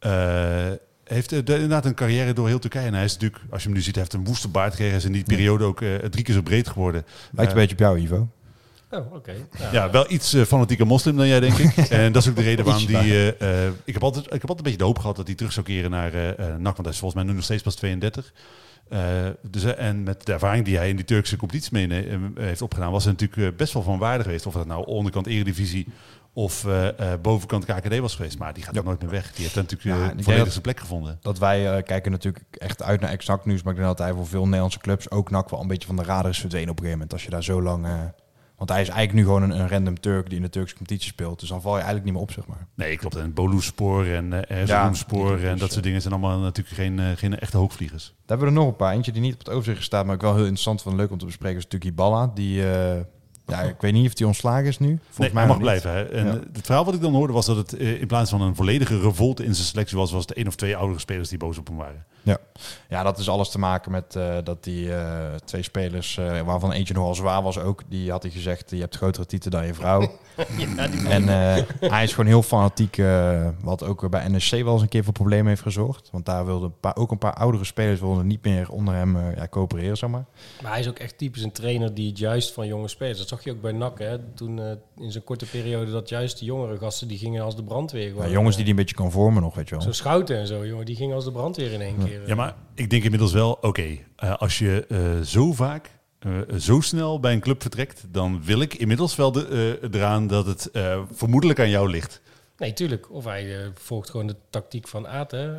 Uh, heeft uh, de, inderdaad een carrière door heel Turkije. En hij is natuurlijk, als je hem nu ziet, hij heeft een woeste baard gekregen. Hij is in die periode ook uh, drie keer zo breed geworden. Lijkt uh, een beetje op jou, Ivo. Oh, oké. Okay. Ja, ja, wel iets uh, fanatieker moslim dan jij, denk ik. En dat is ook de reden waarom die... Uh, uh, ik, heb altijd, ik heb altijd een beetje de hoop gehad dat hij terug zou keren naar uh, uh, N A C. Want hij is volgens mij nu nog steeds pas tweeëndertig. Uh, dus, uh, en met de ervaring die hij in die Turkse competitie mee uh, heeft opgedaan, was hij natuurlijk uh, best wel van waarde geweest. Of het nou onderkant Eredivisie of uh, uh, bovenkant K K D was geweest. Maar die gaat er ja. nooit meer weg. Die heeft natuurlijk uh, ja, volledig zijn plek gevonden. Dat wij uh, kijken natuurlijk echt uit naar exact nieuws. Maar ik denk dat hij voor veel Nederlandse clubs ook N A C wel een beetje van de radar is verdwenen op een gegeven moment. Als je daar zo lang... Uh, Want hij is eigenlijk nu gewoon een, een random Turk die in de Turkse competitie speelt. Dus dan val je eigenlijk niet meer op, zeg maar. Nee, klopt. En Boluspor en uh, Erzurumspor ja, en dat soort dingen zijn allemaal natuurlijk geen, uh, geen echte hoogvliegers. Daar hebben we er nog een paar. Eentje die niet op het overzicht staat, maar ook wel heel interessant en leuk om te bespreken, is natuurlijk Hiballa. Die, uh, ja, ik weet niet of hij ontslagen is nu. Volgens nee, mij hij mag niet. blijven. Hè. En ja. het verhaal wat ik dan hoorde was dat het uh, in plaats van een volledige revolte in zijn selectie was, was het één of twee oudere spelers die boos op hem waren. Ja, ja, dat is alles te maken met uh, dat die uh, twee spelers, uh, waarvan eentje nogal zwaar was ook, die had hij gezegd, je hebt grotere tieten dan je vrouw. ja, en uh, hij is gewoon heel fanatiek, uh, wat ook bij N E C wel eens een keer voor problemen heeft gezorgd. Want daar wilden een paar, ook een paar oudere spelers wilden niet meer onder hem uh, ja, coöpereren, zeg maar. Maar hij is ook echt typisch een trainer die het juist van jonge spelers, dat zag je ook bij N A C, hè, toen uh, in zijn korte periode, dat juist de jongere gasten, die gingen als de brandweer. Gewoon, ja, jongens die uh, die een beetje kan vormen nog, weet je wel. Zo'n Schouten en zo, jongen, die gingen als de brandweer in één ja. keer. Uh, ja, maar ik denk inmiddels wel, oké, okay, uh, als je uh, zo vaak uh, zo snel bij een club vertrekt, dan wil ik inmiddels wel de, uh, eraan dat het uh, vermoedelijk aan jou ligt. Nee, tuurlijk. Of hij uh, volgt gewoon de tactiek van Aad, hè?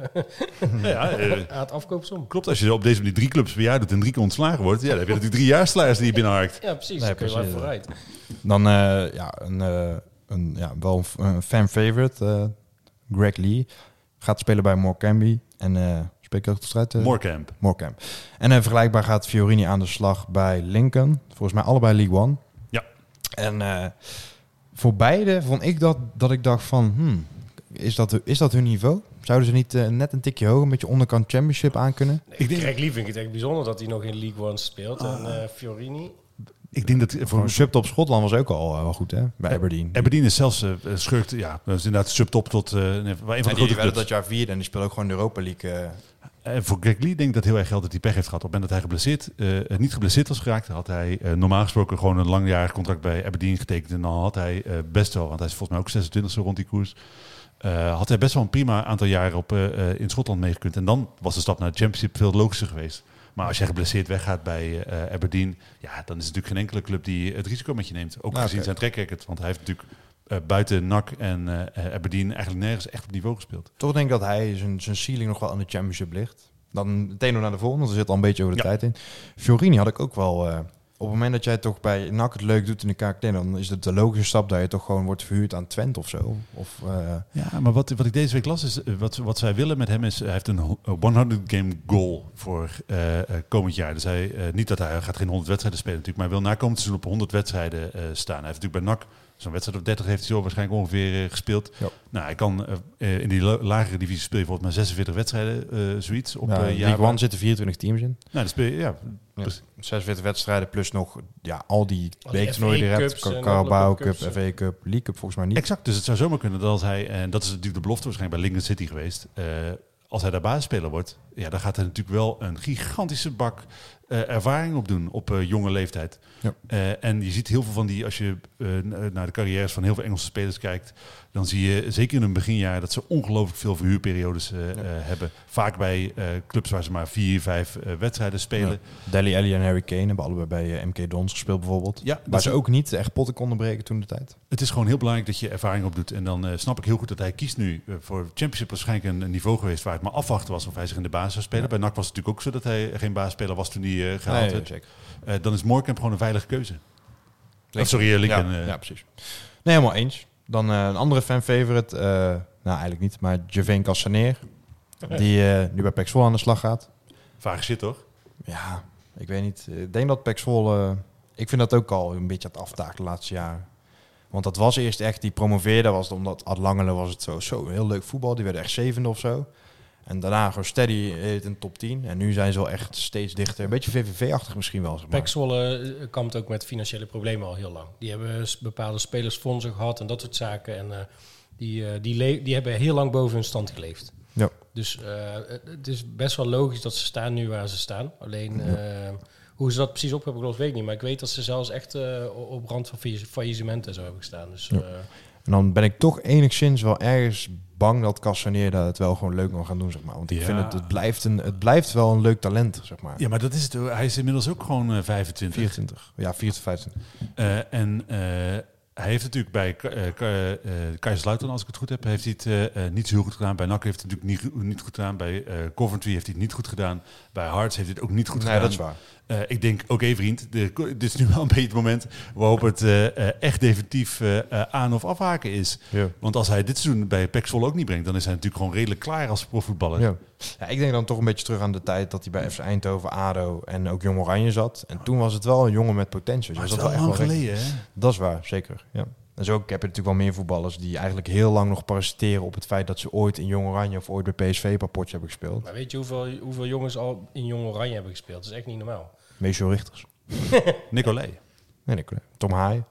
ja, uh, Aad afkoopsom. Klopt, als je op deze manier drie clubs per jaar doet en drie keer ontslagen wordt, ja, dan heb je natuurlijk drie jaarsalaris die je binnenharkt. Ja, precies. Nee, Dan kun je wel precies. vooruit. Dan uh, ja, een, uh, een, ja, wel een fan-favorite, uh, Greg Lee, gaat spelen bij Morecambe. En uh, spreek ik ook de strijd? Uh, Morecambe. Morecambe. En uh, vergelijkbaar gaat Fiorini aan de slag bij Lincoln. Volgens mij allebei League One. Ja. En uh, voor beide vond ik dat, dat ik dacht van... Hmm, is, dat, is dat hun niveau? Zouden ze niet uh, net een tikje hoger, een beetje onderkant championship aan kunnen? Nee, Ik denk- Greg Lee vind ik het echt bijzonder dat hij nog in League One speelt. En uh, Fiorini... Ik denk dat Voor voor een subtop Schotland was ook al uh, wel goed, hè? Bij Aberdeen. Aberdeen is zelfs uh, schurkt, ja, dat is inderdaad subtop tot uh, een van de En die grote werden clubs. dat jaar vierde en die speelde ook gewoon de Europa League. Uh, En voor Greg Lee denk ik dat heel erg geldt dat hij pech heeft gehad. Op het moment dat hij geblesseerd, uh, niet geblesseerd was geraakt, had hij uh, normaal gesproken gewoon een langjarig contract bij Aberdeen getekend. En dan had hij uh, best wel, want hij is volgens mij ook zesentwintig zo rond die koers, uh, had hij best wel een prima aantal jaren op, uh, uh, in Schotland meegekund. En dan was de stap naar de Championship veel logischer geweest. Maar als jij geblesseerd weggaat bij uh, Aberdeen, ja, dan is het natuurlijk geen enkele club die het risico met je neemt. Ook Nou, gezien oké. zijn track record, want hij heeft natuurlijk uh, buiten N A C en uh, Aberdeen eigenlijk nergens echt op niveau gespeeld. toch denk ik dat hij zijn, zijn ceiling nog wel aan de championship ligt. Dan meteen door naar de volgende, want er zit al een beetje over de Ja. tijd in. Fiorini had ik ook wel... Uh, op het moment dat jij toch bij N A C het leuk doet in de K K T, dan is het de logische stap dat je toch gewoon wordt verhuurd aan Twente of zo. Of, uh, Ja, maar wat, wat ik deze week las is, uh, wat, wat zij willen met hem is, hij heeft een ho- een honderd game goal voor uh, uh, komend jaar. Dus hij, uh, niet dat hij, hij gaat geen honderd wedstrijden spelen natuurlijk, maar hij wil na komend seizoen op honderd wedstrijden uh, staan. Hij heeft natuurlijk bij N A C zo'n wedstrijd of dertig heeft hij zo waarschijnlijk ongeveer uh, gespeeld. Ja. Nou, hij kan uh, uh, in die lo- lagere divisie speel je volgens mij zesenveertig wedstrijden, uh, zoiets. Op ja, uh, League jaar. One zitten vierentwintig teams in. Nou, dan speel je, ja, Ja. dus- zesenveertig wedstrijden plus nog ja, al die Al die weektoernooien die je F A hebt. Cups en Carabao andere Cup, cups. F A Cup, League Cup volgens mij niet. exact. Dus het zou zomaar kunnen dat als hij, en dat is natuurlijk de belofte waarschijnlijk bij Lincoln City geweest, uh, als hij daar basisspeler wordt, ja, dan gaat hij natuurlijk wel een gigantische bak uh, ervaring opdoen op uh, jonge leeftijd. Ja. Uh, en je ziet heel veel van die, als je uh, naar de carrières van heel veel Engelse spelers kijkt, dan zie je zeker in hun beginjaar dat ze ongelooflijk veel verhuurperiodes uh, Ja. uh, hebben. Vaak bij uh, clubs waar ze maar vier, vijf uh, wedstrijden spelen. Ja. Dele Alli en Harry Kane hebben allebei bij uh, M K Dons gespeeld bijvoorbeeld. Ja, Waar dat ze is- ook niet echt potten konden breken toen de tijd. Het is gewoon heel belangrijk dat je ervaring opdoet. En dan uh, snap ik heel goed dat hij kiest nu uh, voor Championship. Waarschijnlijk een, een niveau geweest waar het maar afwachten was of hij zich in de basis zou spelen. Ja. Bij N A C was het natuurlijk ook zo dat hij geen basisspeler was toen hij uh, gehaald Nee, werd. check. Uh, dan is Morecambe gewoon een veilige keuze. Lincoln. Oh, sorry, uh, Lincoln. Ja, uh, ja, precies. Nee, helemaal eens. Dan uh, een andere fan-favorite. Uh, nou, eigenlijk niet, maar Jervain Cassaneer. Die uh, nu bij P E C Zwolle aan de slag gaat. Vage shit, toch? Ja, ik weet niet. Ik denk dat P E C Zwolle... Uh, ik vind dat ook al een beetje aan het aftaken de laatste jaren. Want dat was eerst echt... Die promoveerde was het omdat Ad Langelen was het zo, zo heel leuk voetbal. Die werden echt zevende of zo. En daarna gewoon steady in de top tien. En nu zijn ze wel echt steeds dichter. Een beetje V V V-achtig misschien wel. Zeg maar. P E C Zwolle uh, kampt ook met financiële problemen al heel lang. Die hebben s- bepaalde spelersfondsen gehad en dat soort zaken. En uh, die, uh, die, le- die hebben heel lang boven hun stand geleefd. Ja. Dus uh, het- het is best wel logisch dat ze staan nu waar ze staan. Alleen uh, hoe ze dat precies op hebben gelost, weet ik niet. Maar ik weet dat ze zelfs echt uh, op rand van faillies- faillissement en zo hebben gestaan. Dus, Ja. uh, En dan ben ik toch enigszins wel ergens bang dat Cassaneer dat het wel gewoon leuk kan gaan doen, zeg maar. Want ik Ja. vind het, het blijft een, het blijft wel een leuk talent, zeg maar. Ja, maar dat is het. Hij is inmiddels ook gewoon uh, vijfentwintig. vierentwintig. Ja, vierentwintig, vijfentwintig. Uh, en uh, hij heeft natuurlijk bij uh, uh, Kaiserslautern, als ik het goed heb, heeft hij het uh, uh, niet zo heel goed gedaan. Bij N A C heeft hij het natuurlijk niet, niet goed gedaan. Bij uh, Coventry heeft hij het niet goed gedaan. Bij Hearts heeft hij het ook niet goed Nee, gedaan. dat is waar. Uh, ik denk, oké okay, vriend, de, dit is nu wel een beetje het moment waarop het uh, uh, echt definitief uh, uh, aan- of afhaken is. Ja. Want als hij dit seizoen bij P E C Zwolle ook niet brengt, dan is hij natuurlijk gewoon redelijk klaar als profvoetballer. Ja. Ja, ik denk dan toch een beetje terug aan de tijd dat hij bij F C Eindhoven, ADO en ook Jong Oranje zat. En toen was het wel een jongen met potentie. Maar Dus het dat is wel lang echt geleden, hè? Dat is waar, zeker. Ja. En zo heb je natuurlijk wel meer voetballers die eigenlijk heel lang nog parasiteren op het feit dat ze ooit in Jong Oranje of ooit bij P S V een paar potjes hebben gespeeld. maar weet je hoeveel, hoeveel jongens al in Jong Oranje hebben gespeeld? Dat is echt niet normaal. Meestal Richters. Nicolai. Nee, nee, Tom Haaien.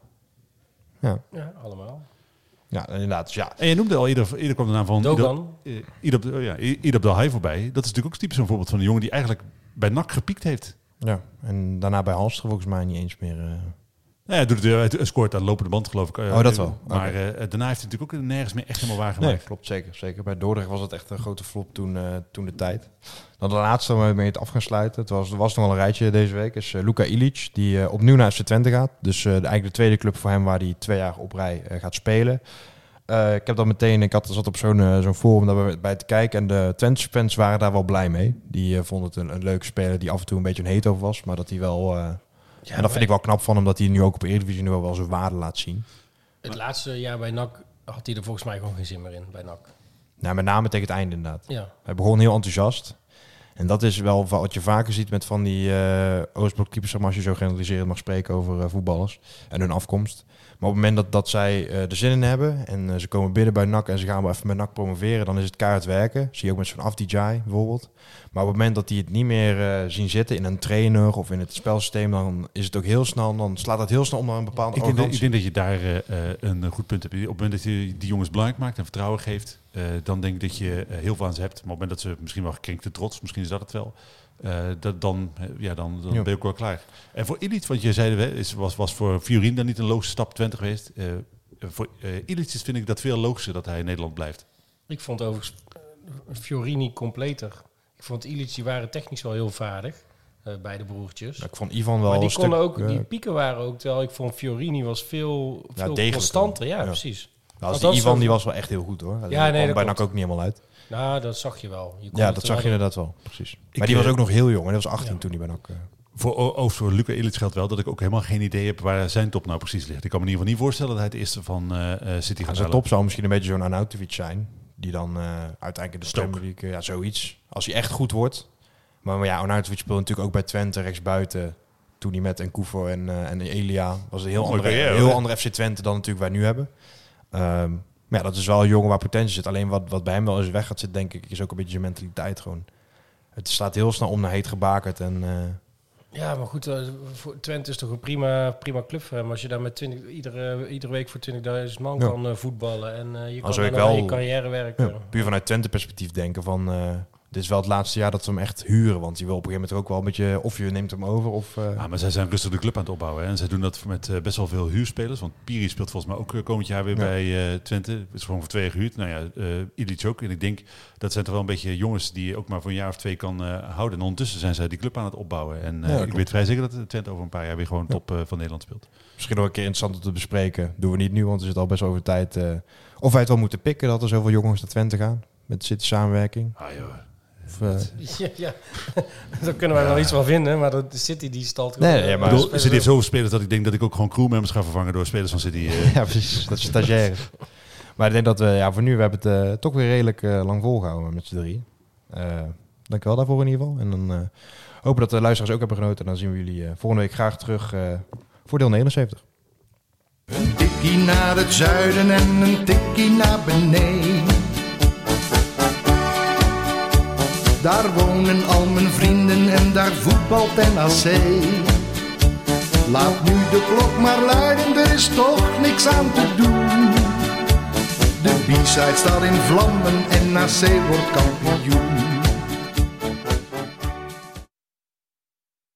Ja. Ja, allemaal. Ja, inderdaad. Dus ja, En je noemde al, eerder, eerder kwam de naam van Dogan. Ido- eh, Ido op de- oh ja, Ido op de Haai voorbij. Dat is natuurlijk ook typisch zo'n voorbeeld van een jongen die eigenlijk bij N A C gepiekt heeft. ja. En daarna bij Halster volgens mij niet eens meer... Uh, Nou ja, doet het, hij scoort aan de lopende band, geloof ik. Oh, dat wel. Maar Okay. uh, daarna heeft hij natuurlijk ook nergens meer echt helemaal waargemaakt. Nee, klopt, zeker. zeker. Bij Dordrecht was het echt een grote flop toen, uh, toen de tijd. Dan de laatste waarmee je het af gaan sluiten. Het was, er was nog wel een rijtje deze week. Is uh, Luka Ilić, die uh, opnieuw naar F C Twente gaat. Dus uh, de, eigenlijk de tweede club voor hem waar hij twee jaar op rij uh, gaat spelen. Uh, ik heb dat meteen, ik had, zat op zo'n, uh, zo'n forum daarbij te kijken. En de Twente fans waren daar wel blij mee. Die uh, vonden het een, een leuke speler die af en toe een beetje een hate over was. Maar dat hij wel... Uh, Ja, en dat vind ik wel knap van hem, dat hij nu ook op Eredivisie nu wel zijn waarde laat zien. Het laatste jaar bij N A C had hij er volgens mij gewoon geen zin meer in, bij N A C. Nou, met name tegen het einde inderdaad. Ja. Hij begon heel enthousiast. En dat is wel wat je vaker ziet met van die uh, Oostblok-types, als je zo generaliserend mag spreken over uh, voetballers en hun afkomst. Maar op het moment dat, dat zij uh, er zin in hebben en uh, ze komen binnen bij N A C en ze gaan wel even met N A C promoveren, dan is het keihard werken. Zie je ook met zo'n Afdijay bijvoorbeeld. Maar op het moment dat die het niet meer uh, zien zitten in een trainer of in het spelsysteem, dan is het ook heel snel, dan slaat het heel snel om naar een bepaalde ik denk, dat, arrogantie. ik denk dat je daar uh, een goed punt hebt. Op het moment dat je die jongens belangrijk maakt en vertrouwen geeft, uh, dan denk ik dat je uh, heel veel aan ze hebt. Maar op het moment dat ze misschien wel gekrenkte trots, misschien is dat het wel, uh, dat, dan, uh, ja, dan, dan ja. ben je ook wel klaar. En voor Ilić, want je zei, is, was, was voor Fiorin dan niet een logische stap Twente geweest. Uh, voor uh, Ilić vind ik dat veel logischer dat hij in Nederland blijft. Ik vond overigens uh, Fiorini completer. Ik vond Ilić, die waren technisch wel heel vaardig, uh, beide broertjes. Ja, ik vond Ivan wel maar die een konden stuk, ook, uh, die pieken waren ook, terwijl ik vond Fiorini was veel, veel ja, constanter. Ja, ja, precies. Nou, als die Ivan zo... die was wel echt heel goed hoor. Ja, nee, dat kwam bij ook niet helemaal uit. Nou, dat zag je wel. Je ja, dat zag je inderdaad wel, precies. Ik, maar die was uh, ook nog heel jong, en dat was achttien ja. toen hij bij N A C... Uh... Voor, oh, voor Luka Ilić geldt wel dat ik ook helemaal geen idee heb waar zijn top nou precies ligt. Ik kan me in ieder geval niet voorstellen dat hij het eerste van uh, City gaat. Zijn top zou misschien een beetje zo'n Arnautovic zijn. Die dan uh, uiteindelijk in de Stoke. Premier League, ja, zoiets. Als hij echt goed wordt. Maar, maar ja, Arnautovic speelde natuurlijk ook bij Twente rechtsbuiten. Toen hij met Enkuvo en, uh, en Elia was een heel Oh, andere, carrière, heel hè? andere F C Twente dan natuurlijk wij nu hebben. Um, maar ja, dat is wel een jongen waar potentie zit. Alleen wat, wat bij hem wel eens weg gaat zitten, denk ik, is ook een beetje zijn mentaliteit gewoon. Het staat heel snel om naar heet gebakerd en... Uh, Ja, maar goed, uh, voor Twente is toch een prima, prima club voor hem. Als je daar met twintig, iedere, iedere week voor twintigduizend man ja. kan uh, voetballen en uh, je Als kan ik dan wel, je carrière werken. Ja, puur vanuit Twente perspectief denken van... Uh, dit is wel het laatste jaar dat ze hem echt huren. Want die wil op een gegeven moment ook wel een beetje... Of je neemt hem over of... Uh... Ja, maar zij zijn rustig de club aan het opbouwen. Hè? En zij doen dat met uh, best wel veel huurspelers. Want Piri speelt volgens mij ook uh, komend jaar weer ja. bij uh, Twente. Het is gewoon voor twee jaar gehuurd. Nou ja, uh, Ilić ook. En ik denk, dat zijn toch wel een beetje jongens die je ook maar voor een jaar of twee kan uh, houden. En ondertussen zijn zij die club aan het opbouwen. En uh, ja, ik klopt. weet vrij zeker dat Twente over een paar jaar weer gewoon top uh, van Nederland speelt. Misschien nog een keer interessant om te bespreken. Doen we niet nu, want er zit al best over tijd... Uh, of wij het wel moeten pikken dat er zoveel jongens naar Twente gaan. Met de City samenwerking. Ah joh. Of, uh... ja, ja. Daar kunnen wij ja. wel iets van vinden, maar de City die stalt... Nee, nee, maar... Bedoel, City heeft zoveel spelers dat ik denk dat ik ook gewoon crewmembers ga vervangen door spelers van City. Uh. ja, precies. Dat is stagiaires. Maar ik denk dat we, ja, voor nu, we hebben het uh, toch weer redelijk uh, lang volgehouden met z'n drie. Uh, dank wel daarvoor in ieder geval. En dan uh, hopen dat de luisteraars ook hebben genoten. En dan zien we jullie uh, volgende week graag terug uh, voor deel negenenzeventig. Een tikkie naar het zuiden en een tikkie naar beneden. Daar wonen al mijn vrienden en daar voetbalt N A C. Laat nu de klok maar luiden, er is toch niks aan te doen. De B-side staat in vlammen en N A C wordt kampioen.